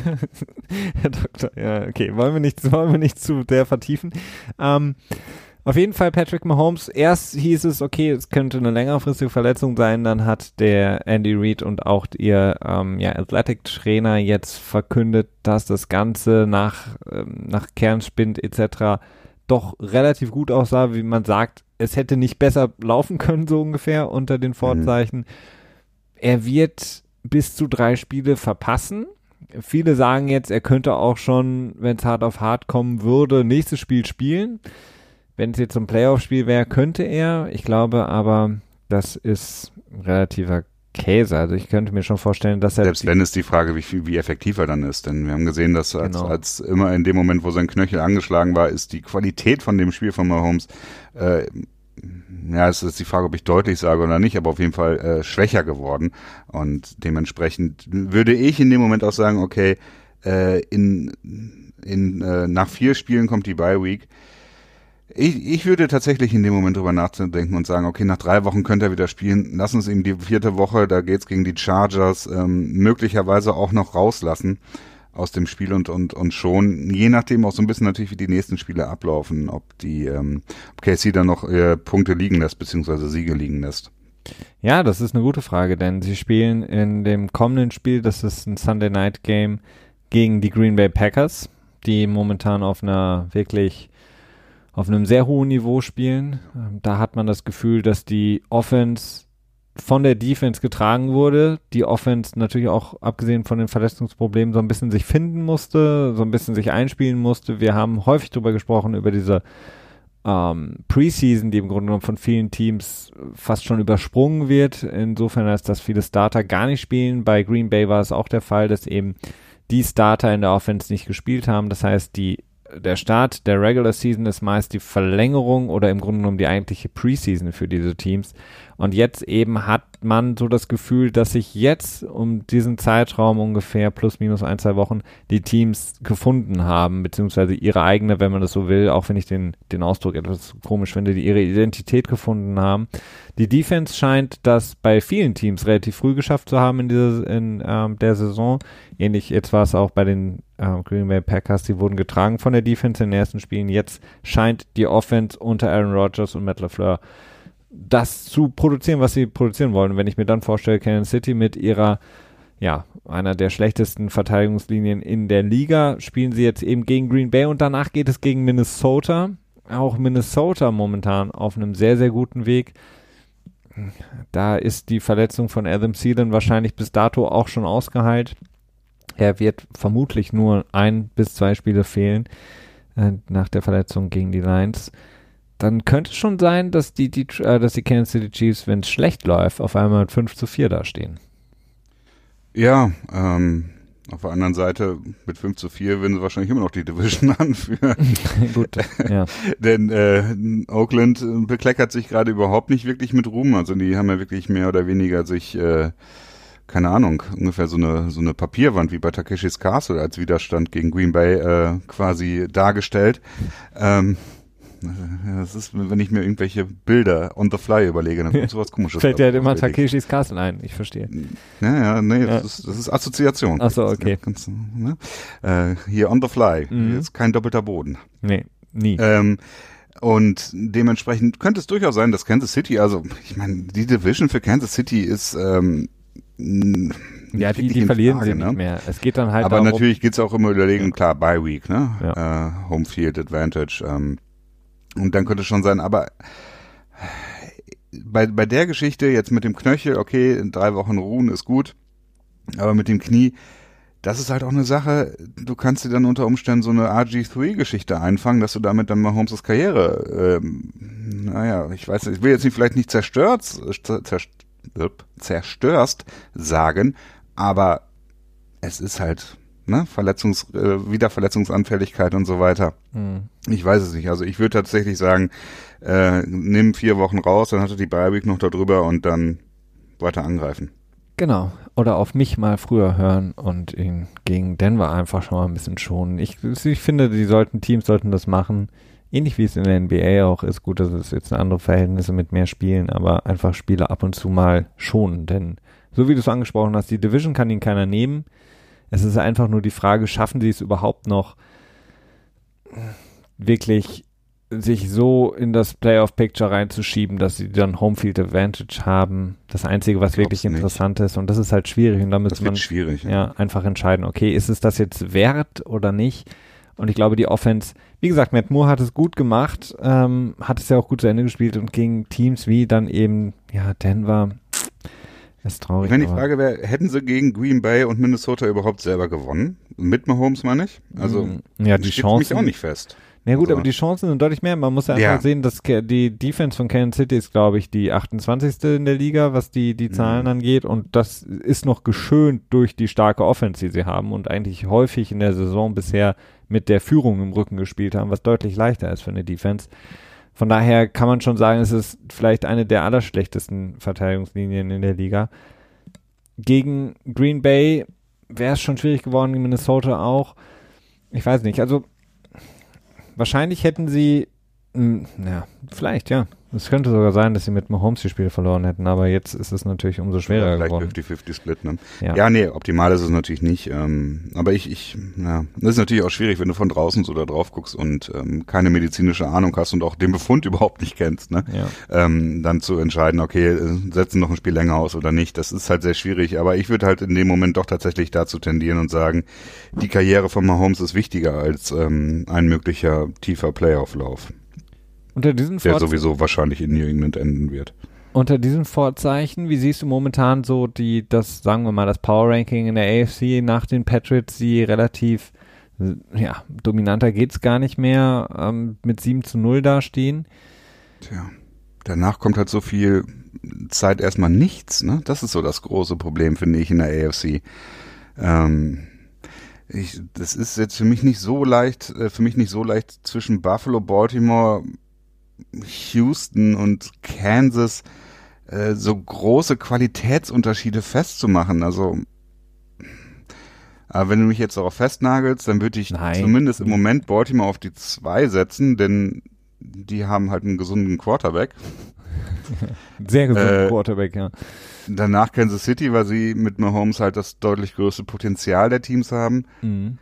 Herr Doktor, ja, okay, wollen wir nicht, wollen wir nicht zu der vertiefen. Ähm, auf jeden Fall Patrick Mahomes, erst hieß es, okay, es könnte eine längerfristige Verletzung sein, dann hat der Andy Reid und auch ihr ähm, ja, Athletic-Trainer jetzt verkündet, dass das Ganze nach, ähm, nach Kernspind et cetera doch relativ gut aussah, wie man sagt, es hätte nicht besser laufen können, so ungefähr, unter den Vorzeichen. Mhm. Er wird bis zu drei Spiele verpassen. Viele sagen jetzt, er könnte auch schon, wenn es hart auf hart kommen würde, nächstes Spiel spielen. Wenn es jetzt ein Playoff-Spiel wäre, könnte er. Ich glaube aber, das ist relativer Käse. Also ich könnte mir schon vorstellen, dass er... Selbst wenn ist die Frage, wie, viel, wie effektiv er dann ist. Denn wir haben gesehen, dass als, genau. als immer in dem Moment, wo sein Knöchel angeschlagen war, ist die Qualität von dem Spiel von Mahomes... Äh, ja, es ist die Frage, ob ich deutlich sage oder nicht, aber auf jeden Fall äh, schwächer geworden. Und dementsprechend würde ich in dem Moment auch sagen, okay, äh, in, in äh, nach vier Spielen kommt die Bye Week. Ich, ich würde tatsächlich in dem Moment drüber nachdenken und sagen, okay, nach drei Wochen könnte er wieder spielen. Lass uns ihm die vierte Woche, da geht's gegen die Chargers, ähm, möglicherweise auch noch rauslassen aus dem Spiel und und und schon, je nachdem auch so ein bisschen natürlich, wie die nächsten Spiele ablaufen, ob die ähm, ob K C dann noch äh, Punkte liegen lässt, beziehungsweise Siege liegen lässt. Ja, das ist eine gute Frage, denn sie spielen in dem kommenden Spiel, das ist ein Sunday Night Game, gegen die Green Bay Packers. die momentan auf einer wirklich auf einem sehr hohen Niveau spielen. Ähm, da hat man das Gefühl, dass die Offense von der Defense getragen wurde. Die Offense natürlich auch, abgesehen von den Verletzungsproblemen, so ein bisschen sich finden musste, so ein bisschen sich einspielen musste. Wir haben häufig darüber gesprochen, über diese ähm, Preseason, die im Grunde genommen von vielen Teams fast schon übersprungen wird. Insofern, als dass viele Starter gar nicht spielen. Bei Green Bay war es auch der Fall, dass eben die Starter in der Offense nicht gespielt haben. Das heißt, die der Start der Regular Season ist meist die Verlängerung oder im Grunde genommen die eigentliche Preseason für diese Teams. Und jetzt eben hat man so das Gefühl, dass sich jetzt um diesen Zeitraum ungefähr plus minus ein, zwei Wochen die Teams gefunden haben, beziehungsweise ihre eigene, wenn man das so will, auch wenn ich den, den Ausdruck etwas komisch finde, die ihre Identität gefunden haben. Die Defense scheint das bei vielen Teams relativ früh geschafft zu haben in, dieser, in ähm, der Saison. Ähnlich jetzt war es auch bei den äh, Green Bay Packers, die wurden getragen von der Defense in den ersten Spielen. Jetzt scheint die Offense unter Aaron Rodgers und Matt LaFleur das zu produzieren, was sie produzieren wollen. Und wenn ich mir dann vorstelle, Kansas City mit ihrer, ja, einer der schlechtesten Verteidigungslinien in der Liga, spielen sie jetzt eben gegen Green Bay und danach geht es gegen Minnesota. Auch Minnesota momentan auf einem sehr, sehr guten Weg. Da ist die Verletzung von Adam Thielen wahrscheinlich bis dato auch schon ausgeheilt. Er wird vermutlich nur ein bis zwei Spiele fehlen äh, nach der Verletzung gegen die Lions. Dann könnte es schon sein, dass die, die, äh, dass die Kansas City Chiefs, wenn es schlecht läuft, auf einmal mit fünf zu vier dastehen. Ja, ähm, auf der anderen Seite mit fünf zu vier würden sie wahrscheinlich immer noch die Division anführen. Gut, ja. Denn äh, Oakland bekleckert sich gerade überhaupt nicht wirklich mit Ruhm. Also die haben ja wirklich mehr oder weniger sich, äh, keine Ahnung, ungefähr so eine so eine Papierwand wie bei Takeshis Castle als Widerstand gegen Green Bay äh, quasi dargestellt. Ähm, Das ist, wenn ich mir irgendwelche Bilder on the fly überlege, dann kommt sowas Komisches. Fällt dir halt immer Takeshis Castle ein, ich verstehe. Ja, ja, nee, ja. Das, ist, das ist Assoziation. Ach so, okay. Ganz, ne? äh, hier on the fly, mhm. Hier ist kein doppelter Boden. Nee, nie. Ähm, und dementsprechend könnte es durchaus sein, dass Kansas City, also ich meine, die Division für Kansas City ist ähm, ja, die, die verlieren Frage, sie ne? nicht mehr. Es geht dann halt Aber darum, natürlich geht's auch immer überlegen, ja. klar, Bye Week, ne? Ja. Äh, Home Field Advantage, ähm, und dann könnte es schon sein, aber bei, bei der Geschichte jetzt mit dem Knöchel, okay, in drei Wochen ruhen ist gut, aber mit dem Knie, das ist halt auch eine Sache, du kannst dir dann unter Umständen so eine R G drei Geschichte einfangen, dass du damit dann mal Holmes' Karriere, ähm, naja, ich weiß nicht, ich will jetzt nicht vielleicht nicht zerstört, zerstört, zerstörst sagen, aber es ist halt, ne, Verletzungs, äh, Wiederverletzungsanfälligkeit und so weiter. Mhm. Ich weiß es nicht. Also ich würde tatsächlich sagen, äh, nimm vier Wochen raus, dann hast du die Bye Week noch da drüber und dann weiter angreifen. Genau. Oder auf mich mal früher hören und ihn gegen Denver einfach schon mal ein bisschen schonen. Ich, ich finde, die sollten, Teams sollten das machen. Ähnlich wie es in der N B A auch ist. Gut, das ist jetzt andere Verhältnisse mit mehr Spielen, aber einfach Spiele ab und zu mal schonen. Denn so wie du es angesprochen hast, die Division kann ihn keiner nehmen. Es ist einfach nur die Frage, schaffen sie es überhaupt noch wirklich sich so in das Playoff-Picture reinzuschieben, dass sie dann Homefield Advantage haben. Das Einzige, was wirklich interessant ist, und das ist halt schwierig. Und da müsste man schwierig, ja. ja, einfach entscheiden, okay, ist es das jetzt wert oder nicht? Und ich glaube, die Offense, wie gesagt, Matt Moore hat es gut gemacht, ähm, hat es ja auch gut zu Ende gespielt und gegen Teams wie dann eben, ja, Denver, ist traurig. Ich meine, die Frage wäre, hätten sie gegen Green Bay und Minnesota überhaupt selber gewonnen? Mit Mahomes, meine ich? Also, ja, die Chancen mich auch nicht fest. Na gut, also. aber die Chancen sind deutlich mehr. Man muss ja einfach ja. sehen, dass die Defense von Kansas City ist, glaube ich, die achtundzwanzigste in der Liga, was die, die Zahlen mhm. angeht. Und das ist noch geschönt durch die starke Offense, die sie haben und eigentlich häufig in der Saison bisher mit der Führung im Rücken gespielt haben, was deutlich leichter ist für eine Defense. Von daher kann man schon sagen, es ist vielleicht eine der allerschlechtesten Verteidigungslinien in der Liga. Gegen Green Bay wäre es schon schwierig geworden, gegen Minnesota auch. Ich weiß nicht, also wahrscheinlich hätten sie, mh, ja, vielleicht, ja, Es könnte sogar sein, dass sie mit Mahomes die Spiele verloren hätten, aber jetzt ist es natürlich umso schwerer vielleicht geworden. fünfzig fünfzig Split, ne? Ja. ja, nee, optimal ist es natürlich nicht. Ähm, aber ich, ich, ja, das ist natürlich auch schwierig, wenn du von draußen so da drauf guckst und ähm, keine medizinische Ahnung hast und auch den Befund überhaupt nicht kennst, ne? Ja. Ähm, dann zu entscheiden, okay, setzen noch ein Spiel länger aus oder nicht. Das ist halt sehr schwierig. Aber ich würde halt in dem Moment doch tatsächlich dazu tendieren und sagen, die Karriere von Mahomes ist wichtiger als ähm, ein möglicher tiefer Playoff-Lauf. Unter diesen Der Vorze- sowieso wahrscheinlich in New England enden wird. Unter diesen Vorzeichen, wie siehst du momentan so die, das, sagen wir mal, das Power Ranking in der A F C nach den Patriots, die relativ, ja, dominanter geht's gar nicht mehr, ähm, mit sieben zu null dastehen? Tja, danach kommt halt so viel Zeit erstmal nichts, ne? Das ist so das große Problem, finde ich, in der A F C. Ähm, ich, das ist jetzt für mich nicht so leicht, äh, für mich nicht so leicht zwischen Buffalo, Baltimore, Houston und Kansas äh, so große Qualitätsunterschiede festzumachen. Also, aber wenn du mich jetzt darauf festnagelst, dann würde ich Nein. zumindest im Moment Baltimore auf die zwei setzen, denn die haben halt einen gesunden Quarterback. Sehr gesunden Äh, Quarterback, ja. Danach Kansas City, weil sie mit Mahomes halt das deutlich größte Potenzial der Teams haben. Mhm.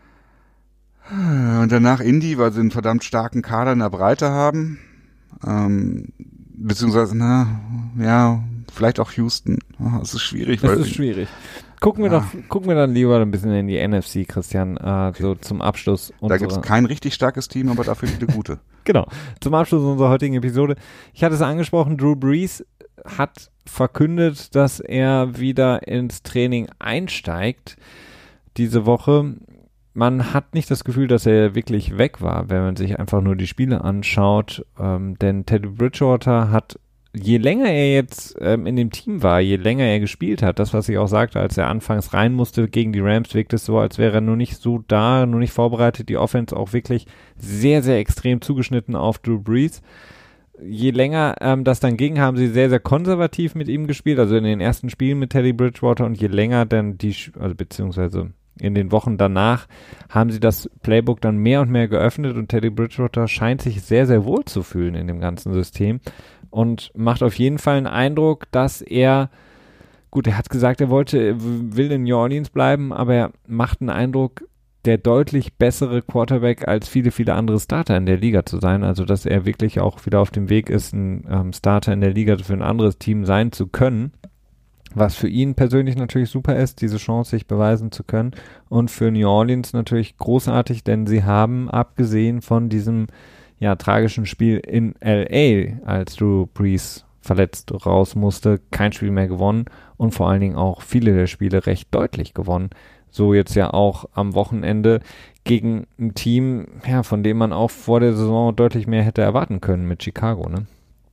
Und danach Indy, weil sie einen verdammt starken Kader in der Breite haben. Ähm, beziehungsweise, na, ja, vielleicht auch Houston. Oh, es ist schwierig. Das weil ist schwierig. Gucken wir Ja. doch, gucken wir dann lieber ein bisschen in die N F C, Christian, äh, so zum Abschluss Da unserer, gibt es kein richtig starkes Team, aber dafür viele gute. genau, zum Abschluss unserer heutigen Episode. Ich hatte es angesprochen, Drew Brees hat verkündet, dass er wieder ins Training einsteigt diese Woche. Man hat nicht das Gefühl, dass er wirklich weg war, wenn man sich einfach nur die Spiele anschaut, ähm, denn Teddy Bridgewater hat, je länger er jetzt ähm, in dem Team war, je länger er gespielt hat, das, was ich auch sagte, als er anfangs rein musste gegen die Rams, wirkte es so, als wäre er nur nicht so da, nur nicht vorbereitet, die Offense auch wirklich sehr, sehr extrem zugeschnitten auf Drew Brees. Je länger ähm, das dann ging, haben sie sehr, sehr konservativ mit ihm gespielt, also in den ersten Spielen mit Teddy Bridgewater, und je länger dann die, also beziehungsweise in den Wochen danach, haben sie das Playbook dann mehr und mehr geöffnet, und Teddy Bridgewater scheint sich sehr, sehr wohl zu fühlen in dem ganzen System und macht auf jeden Fall einen Eindruck, dass er, gut, er hat gesagt, er wollte, er will in New Orleans bleiben, aber er macht einen Eindruck, der deutlich bessere Quarterback als viele, viele andere Starter in der Liga zu sein. Also, dass er wirklich auch wieder auf dem Weg ist, ein ähm, Starter in der Liga für ein anderes Team sein zu können. Was für ihn persönlich natürlich super ist, diese Chance sich beweisen zu können. Und für New Orleans natürlich großartig, denn sie haben, abgesehen von diesem ja tragischen Spiel in L A, als Drew Brees verletzt raus musste, kein Spiel mehr gewonnen und vor allen Dingen auch viele der Spiele recht deutlich gewonnen. So jetzt ja auch am Wochenende gegen ein Team, ja, von dem man auch vor der Saison deutlich mehr hätte erwarten können mit Chicago, ne?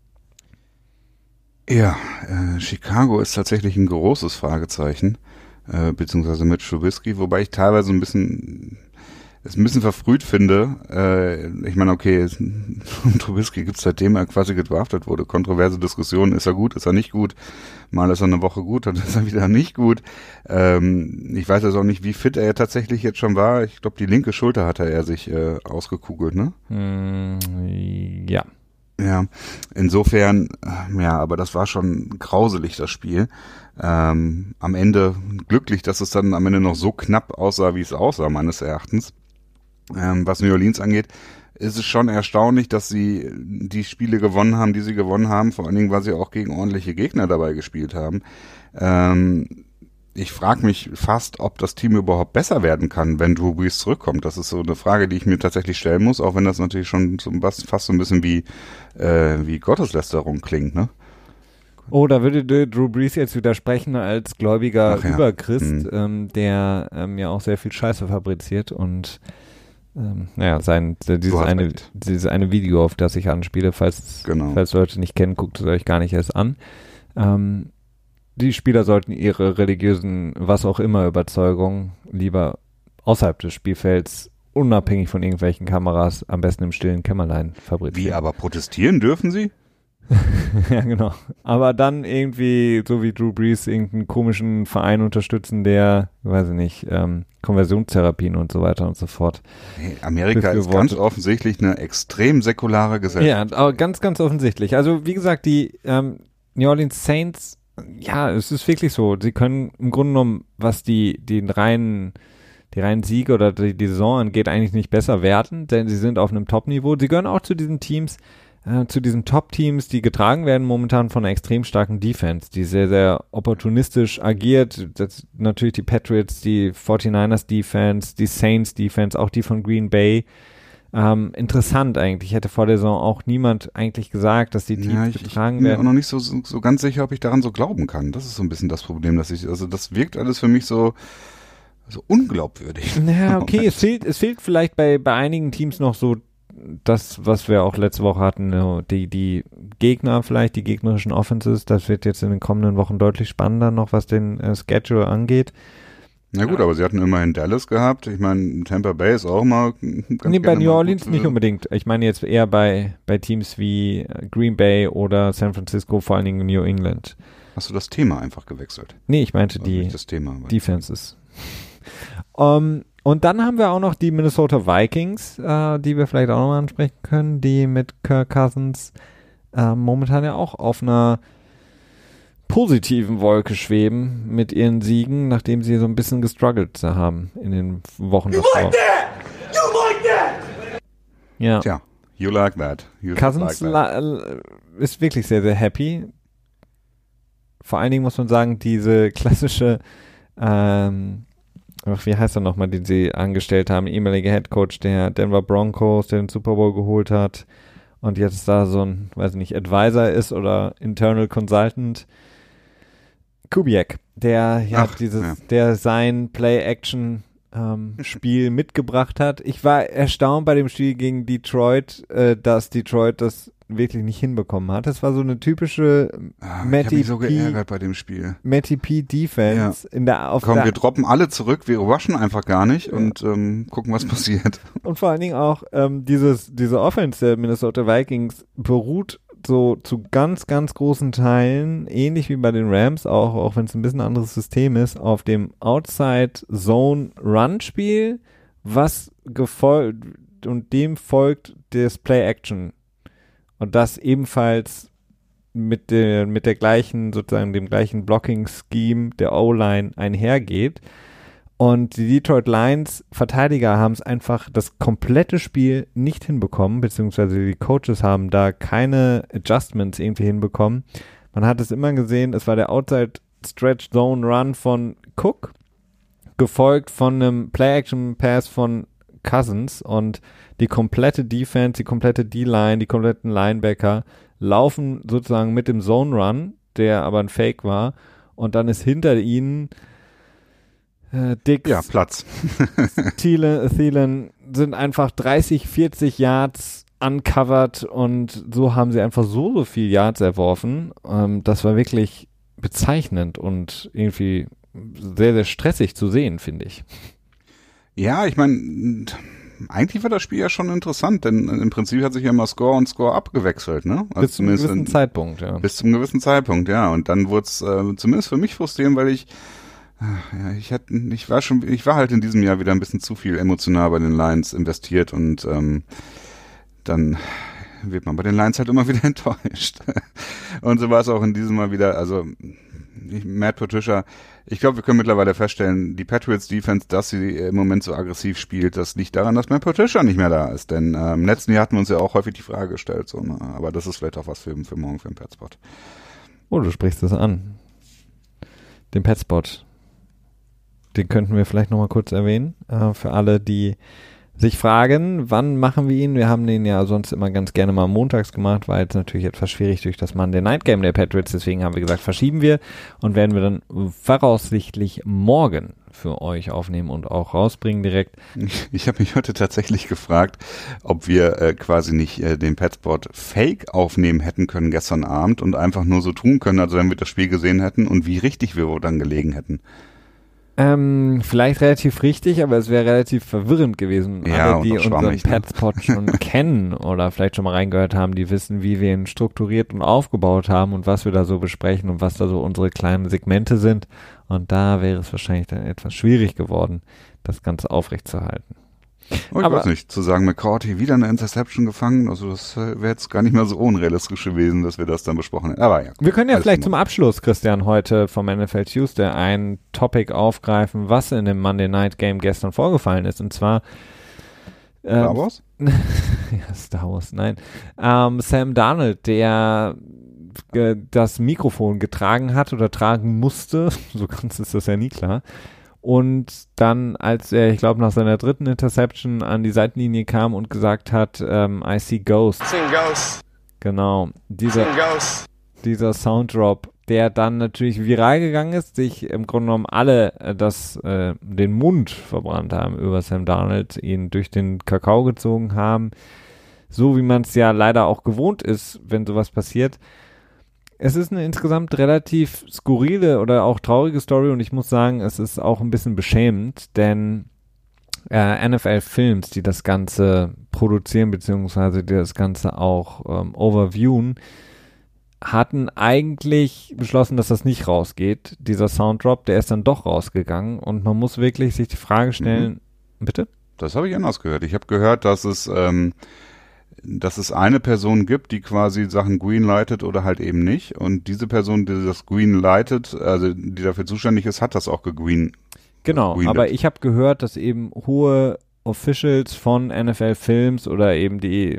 Ja, äh, Chicago ist tatsächlich ein großes Fragezeichen, äh, beziehungsweise mit Trubisky, wobei ich teilweise ein bisschen es ein bisschen verfrüht finde. Äh, ich meine, okay, Trubisky gibt es seitdem er quasi gedraftet wurde. Kontroverse Diskussionen, ist er gut, ist er nicht gut? Mal ist er eine Woche gut, dann ist er wieder nicht gut. Ähm, ich weiß jetzt auch nicht, wie fit er tatsächlich jetzt schon war. Ich glaube, die linke Schulter hatte er sich äh, ausgekugelt, ne? Mm, ja. Ja, insofern, ja, aber das war schon grauselig, das Spiel. Ähm, am Ende glücklich, dass es dann am Ende noch so knapp aussah, wie es aussah, meines Erachtens. Ähm, was New Orleans angeht, ist es schon erstaunlich, dass sie die Spiele gewonnen haben, die sie gewonnen haben, vor allen Dingen, weil sie auch gegen ordentliche Gegner dabei gespielt haben. Ähm, ich frage mich fast, ob das Team überhaupt besser werden kann, wenn Drew Brees zurückkommt. Das ist so eine Frage, die ich mir tatsächlich stellen muss, auch wenn das natürlich schon so was, fast so ein bisschen wie, äh, wie Gotteslästerung klingt, ne? Oh, da würde Drew Brees jetzt widersprechen als gläubiger Ach ja. Überchrist, Hm. ähm, der ähm, ja auch sehr viel Scheiße fabriziert und ähm, naja, sein, dieses hast eine, recht. dieses eine Video, auf das ich anspiele, falls, Genau. falls Leute nicht kennen, guckt es euch gar nicht erst an. Ähm, die Spieler sollten ihre religiösen, was auch immer, Überzeugungen lieber außerhalb des Spielfelds, unabhängig von irgendwelchen Kameras, am besten im stillen Kämmerlein fabrizieren. Wie, aber protestieren dürfen sie? Ja, genau. Aber dann irgendwie, so wie Drew Brees, irgendeinen komischen Verein unterstützen, der, weiß ich nicht, ähm, Konversionstherapien und so weiter und so fort. Hey, Amerika ist ganz offensichtlich eine extrem säkulare Gesellschaft. Ja, aber ganz, ganz offensichtlich. Also wie gesagt, die ähm, New Orleans Saints, ja, es ist wirklich so, sie können im Grunde genommen, was die, den reinen die reinen Siege oder die, die Saison angeht, eigentlich nicht besser werten, denn sie sind auf einem Top-Niveau. Sie gehören auch zu diesen Teams, äh, zu diesen Top-Teams, die getragen werden momentan von einer extrem starken Defense, die sehr, sehr opportunistisch agiert. Das natürlich die Patriots, die forty-niners Defense, die Saints Defense, auch die von Green Bay. Ähm, interessant eigentlich. Ich hätte vor der Saison auch niemand eigentlich gesagt, dass die Teams ja, ich, getragen ich bin werden. mir auch noch nicht so, so, so ganz sicher, ob ich daran so glauben kann. Das ist so ein bisschen das Problem, dass ich, also das wirkt alles für mich so, so unglaubwürdig. Ja, okay, es fehlt, es fehlt vielleicht bei, bei einigen Teams noch so das, was wir auch letzte Woche hatten, die, die Gegner vielleicht, die gegnerischen Offenses, das wird jetzt in den kommenden Wochen deutlich spannender noch, was den äh, Schedule angeht. Na gut, aber sie hatten immerhin Dallas gehabt. Ich meine, Tampa Bay ist auch mal ganz Nee, bei New Orleans gut, nicht unbedingt. Ich meine jetzt eher bei, bei Teams wie Green Bay oder San Francisco, vor allen Dingen New England. Hast du das Thema einfach gewechselt? Nee, ich meinte also die das Thema, Defenses. Um, und dann haben wir auch noch die Minnesota Vikings, äh, die wir vielleicht auch nochmal ansprechen können, die mit Kirk Cousins äh, momentan ja auch auf einer positiven Wolke schweben mit ihren Siegen, nachdem sie so ein bisschen gestruggelt haben in den Wochen You davor. like that? You like that? Ja. Tja, you like that. You Cousins like that. la- ist wirklich sehr, sehr happy. Vor allen Dingen muss man sagen, diese klassische ähm, wie heißt er nochmal, den sie angestellt haben, ehemaliger Headcoach der Denver Broncos, der den Super Bowl geholt hat und jetzt da so ein, weiß ich nicht, Advisor ist oder Internal Consultant. Kubiak, der ja Ach, dieses, ja. der sein Play-Action ähm, Spiel mitgebracht hat. Ich war erstaunt bei dem Spiel gegen Detroit, äh, dass Detroit das wirklich nicht hinbekommen hat. Das war so eine typische Ah, Matty ich habe mich so P, geärgert bei dem Spiel. Matty P Defense in der auf Komm, der, wir droppen alle zurück, wir rushen einfach gar nicht Ja. und ähm, gucken, was passiert. und vor allen Dingen auch ähm, dieses diese Offense der Minnesota Vikings beruht so zu ganz, ganz großen Teilen, ähnlich wie bei den Rams, auch, auch wenn es ein bisschen anderes System ist, auf dem Outside-Zone-Run-Spiel, was gefolgt und dem folgt das Play-Action. Und das ebenfalls mit der, mit der gleichen, sozusagen dem gleichen Blocking-Scheme der O-Line einhergeht. Und die Detroit Lions Verteidiger haben es einfach das komplette Spiel nicht hinbekommen, beziehungsweise die Coaches haben da keine Adjustments irgendwie hinbekommen. Man hat es immer gesehen, es war der Outside Stretch Zone Run von Cook, gefolgt von einem Play-Action-Pass von Cousins und die komplette Defense, die komplette D-Line, die kompletten Linebacker laufen sozusagen mit dem Zone Run, der aber ein Fake war, und dann ist hinter ihnen Äh, Dix, Ja, Platz. Thielen, Thielen sind einfach dreißig, vierzig Yards uncovered und so haben sie einfach so, so viel Yards erworfen. Ähm, das war wirklich bezeichnend und irgendwie sehr, sehr stressig zu sehen, finde ich. Ja, ich meine, eigentlich war das Spiel ja schon interessant, denn im Prinzip hat sich ja immer Score und Score abgewechselt, ne? Also Bis zu einem zumindest gewissen in- Zeitpunkt, ja. Bis zum gewissen Zeitpunkt, ja. Und dann wurde es äh, zumindest für mich frustrierend, weil ich ja, ich hatte, ich war schon, ich war halt in diesem Jahr wieder ein bisschen zu viel emotional bei den Lions investiert und ähm, dann wird man bei den Lions halt immer wieder enttäuscht. Und so war es auch in diesem Mal wieder. Also ich, Matt Patricia, ich glaube, wir können mittlerweile feststellen, die Patriots Defense, dass sie im Moment so aggressiv spielt, das liegt daran, dass Matt Patricia nicht mehr da ist. Denn äh, im letzten Jahr hatten wir uns ja auch häufig die Frage gestellt, so, ne? Aber das ist vielleicht auch was für, für morgen für den Petspot. Oh, du sprichst das an. Den Petspot. Den könnten wir vielleicht nochmal kurz erwähnen. Äh, für alle, die sich fragen, wann machen wir ihn? Wir haben den ja sonst immer ganz gerne mal montags gemacht, war jetzt natürlich etwas schwierig durch das Monday Night Game der Patriots. Deswegen haben wir gesagt, verschieben wir und werden wir dann voraussichtlich morgen für euch aufnehmen und auch rausbringen direkt. Ich, ich habe mich heute tatsächlich gefragt, ob wir äh, quasi nicht äh, den Petspot Fake aufnehmen hätten können gestern Abend und einfach nur so tun können, als wenn wir das Spiel gesehen hätten und wie richtig wir wohl dann gelegen hätten. Ähm, vielleicht relativ richtig, aber es wäre relativ verwirrend gewesen. Ja, alle, die und unseren ne? Petspot schon kennen oder vielleicht schon mal reingehört haben, die wissen, wie wir ihn strukturiert und aufgebaut haben und was wir da so besprechen und was da so unsere kleinen Segmente sind. Und da wäre es wahrscheinlich dann etwas schwierig geworden, das Ganze aufrechtzuerhalten. Oh, ich aber, weiß nicht, zu sagen, McCourty wieder eine Interception gefangen, also das äh, wäre jetzt gar nicht mehr so unrealistisch gewesen, dass wir das dann besprochen hätten. Aber ja. Gut, wir können ja vielleicht zum Abschluss, Christian, heute vom N F L Tuesday ein Topic aufgreifen, was in dem Monday Night Game gestern vorgefallen ist. Und zwar ähm, Star Wars? ja, Star Wars, nein. Ähm, Sam Darnold, der äh, das Mikrofon getragen hat oder tragen musste, so ganz ist das ja nie klar. Und dann, als er, ich glaube, nach seiner dritten Interception an die Seitenlinie kam und gesagt hat, ähm, I see ghosts. Seen ghosts. Genau, dieser, Seen ghosts. dieser Sounddrop, der dann natürlich viral gegangen ist, sich im Grunde genommen alle äh, das, äh, den Mund verbrannt haben über Sam Darnold, ihn durch den Kakao gezogen haben, so wie man es ja leider auch gewohnt ist, wenn sowas passiert. Es ist eine insgesamt relativ skurrile oder auch traurige Story und ich muss sagen, es ist auch ein bisschen beschämend, denn äh, N F L Films, die das Ganze produzieren beziehungsweise die das Ganze auch ähm, overviewen, hatten eigentlich beschlossen, dass das nicht rausgeht. Dieser Sounddrop, der ist dann doch rausgegangen und man muss wirklich sich die Frage stellen, mhm. bitte? Das habe ich anders gehört. Ich habe gehört, dass es ähm dass es eine Person gibt, die quasi Sachen greenlightet oder halt eben nicht. Und diese Person, die das greenlightet, also die dafür zuständig ist, hat das auch gegreen. Genau, greenlit. Aber ich habe gehört, dass eben hohe Officials von N F L Films oder eben die,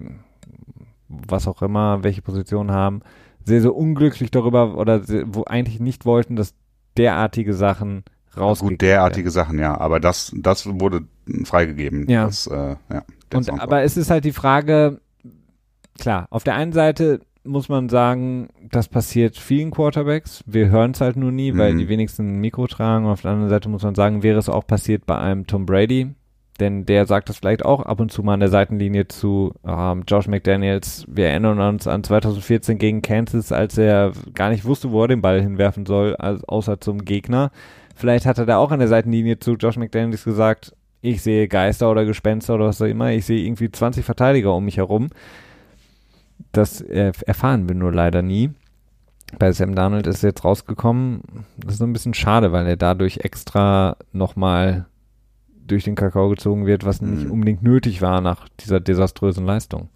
was auch immer, welche Position haben, sehr, sehr unglücklich darüber oder sehr, wo eigentlich nicht wollten, dass derartige Sachen rausgehen. Gut, derartige Sachen, ja. Aber das, das wurde freigegeben. Ja. Das, äh, ja Und, aber es ist halt die Frage, klar, auf der einen Seite muss man sagen, das passiert vielen Quarterbacks. Wir hören es halt nur nie, mhm. weil die wenigsten ein Mikro tragen. Und auf der anderen Seite muss man sagen, wäre es auch passiert bei einem Tom Brady. Denn der sagt das vielleicht auch ab und zu mal an der Seitenlinie zu ähm, Josh McDaniels. Wir erinnern uns an zwanzig vierzehn gegen Kansas, als er gar nicht wusste, wo er den Ball hinwerfen soll, als, außer zum Gegner. Vielleicht hat er da auch an der Seitenlinie zu Josh McDaniels gesagt, ich sehe Geister oder Gespenster oder was auch immer. Ich sehe irgendwie zwanzig Verteidiger um mich herum. Das äh, erfahren wir nur leider nie. Bei Sam Darnold ist jetzt rausgekommen. Das ist so ein bisschen schade, weil er dadurch extra nochmal durch den Kakao gezogen wird, was nicht unbedingt nötig war nach dieser desaströsen Leistung.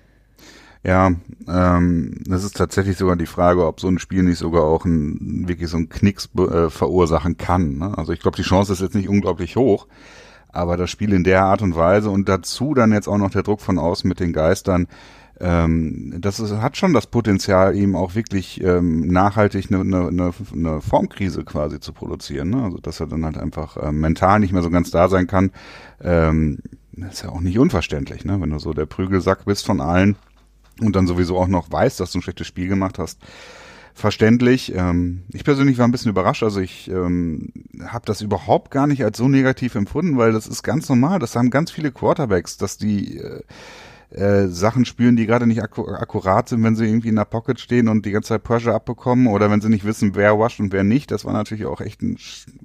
Ja, ähm, das ist tatsächlich sogar die Frage, ob so ein Spiel nicht sogar auch ein, wirklich so einen Knicks äh, verursachen kann. Ne? Also ich glaube, die Chance ist jetzt nicht unglaublich hoch, aber das Spiel in der Art und Weise und dazu dann jetzt auch noch der Druck von außen mit den Geistern, ähm, das ist, hat schon das Potenzial, ihm auch wirklich ähm, nachhaltig eine, eine, eine, eine Formkrise quasi zu produzieren. Ne? Also dass er dann halt einfach ähm, mental nicht mehr so ganz da sein kann. Ähm, das ist ja auch nicht unverständlich, ne? Wenn du so der Prügelsack bist von allen und dann sowieso auch noch weißt, dass du ein schlechtes Spiel gemacht hast. Verständlich. Ähm, ich persönlich war ein bisschen überrascht. Also ich ähm, habe das überhaupt gar nicht als so negativ empfunden, weil das ist ganz normal. Das haben ganz viele Quarterbacks, dass die äh, äh, Sachen spielen, die gerade nicht akku- akkurat sind, wenn sie irgendwie in der Pocket stehen und die ganze Zeit Pressure abbekommen oder wenn sie nicht wissen, wer rusht und wer nicht. Das war natürlich auch echt ein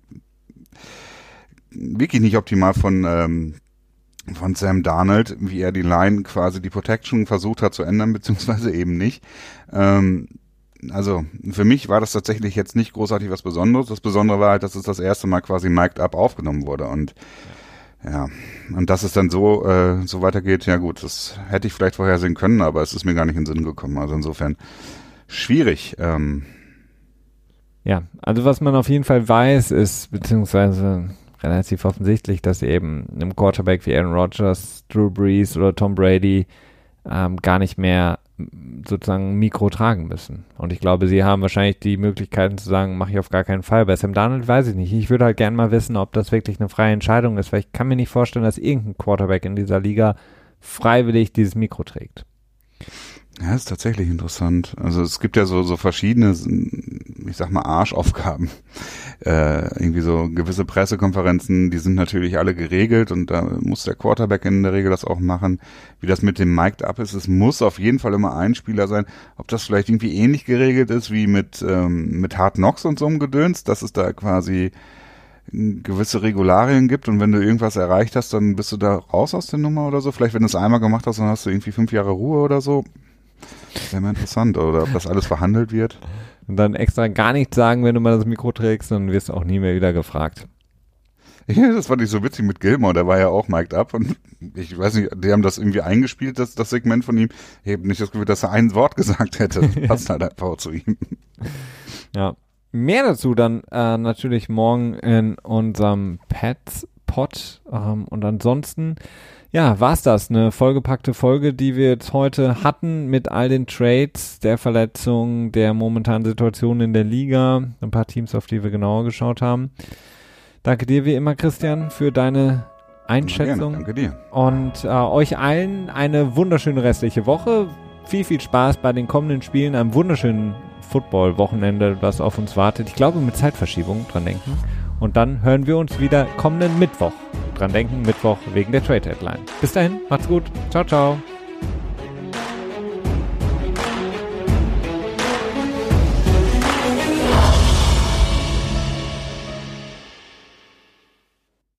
wirklich nicht optimal von ähm, von Sam Darnold, wie er die Line quasi die Protection versucht hat zu ändern, beziehungsweise eben nicht. Ähm, also für mich war das tatsächlich jetzt nicht großartig was Besonderes. Das Besondere war halt, dass es das erste Mal quasi mic'd up aufgenommen wurde und ja, und dass es dann so äh, so weitergeht, ja gut, das hätte ich vielleicht vorhersehen können, aber es ist mir gar nicht in den Sinn gekommen. Also insofern schwierig. Ähm. Ja, also was man auf jeden Fall weiß, ist, beziehungsweise relativ offensichtlich, dass eben einem Quarterback wie Aaron Rodgers, Drew Brees oder Tom Brady ähm, gar nicht mehr sozusagen ein Mikro tragen müssen. Und ich glaube, sie haben wahrscheinlich die Möglichkeiten zu sagen, mache ich auf gar keinen Fall. Bei Sam Darnold weiß ich nicht. Ich würde halt gerne mal wissen, ob das wirklich eine freie Entscheidung ist, weil ich kann mir nicht vorstellen, dass irgendein Quarterback in dieser Liga freiwillig dieses Mikro trägt. Ja, ist tatsächlich interessant. Also es gibt ja so so verschiedene, ich sag mal, Arschaufgaben. Äh, irgendwie so gewisse Pressekonferenzen, die sind natürlich alle geregelt und da muss der Quarterback in der Regel das auch machen. Wie das mit dem Mic'd Up ist, es muss auf jeden Fall immer ein Spieler sein. Ob das vielleicht irgendwie ähnlich geregelt ist wie mit ähm, mit Hard Knocks und so einem Gedöns, dass es da quasi gewisse Regularien gibt und wenn du irgendwas erreicht hast, dann bist du da raus aus der Nummer oder so. Vielleicht, wenn du es einmal gemacht hast, dann hast du irgendwie fünf Jahre Ruhe oder so. Wäre mal interessant, oder ob das alles verhandelt wird. Und dann extra gar nichts sagen, wenn du mal das Mikro trägst, dann wirst du auch nie mehr wieder gefragt. Ja, das fand ich so witzig mit Gilmore, der war ja auch mic'd up und ich weiß nicht, die haben das irgendwie eingespielt, das, das Segment von ihm. Ich habe nicht das Gefühl, dass er ein Wort gesagt hätte. Das passt halt einfach zu ihm. Ja. Mehr dazu dann äh, natürlich morgen in unserem Pets-Pod. Ähm, und ansonsten, ja, war's das. Eine vollgepackte Folge, die wir jetzt heute hatten mit all den Trades, der Verletzungen, der momentanen Situation in der Liga. Ein paar Teams, auf die wir genauer geschaut haben. Danke dir wie immer, Christian, für deine Einschätzung. Gerne, danke dir. Und äh, euch allen eine wunderschöne restliche Woche. Viel, viel Spaß bei den kommenden Spielen. Einem wunderschönen Football-Wochenende, was auf uns wartet. Ich glaube, mit Zeitverschiebung dran denken. Und dann hören wir uns wieder kommenden Mittwoch. Dran denken, Mittwoch wegen der Trade-Deadline. Bis dahin, macht's gut. Ciao, ciao.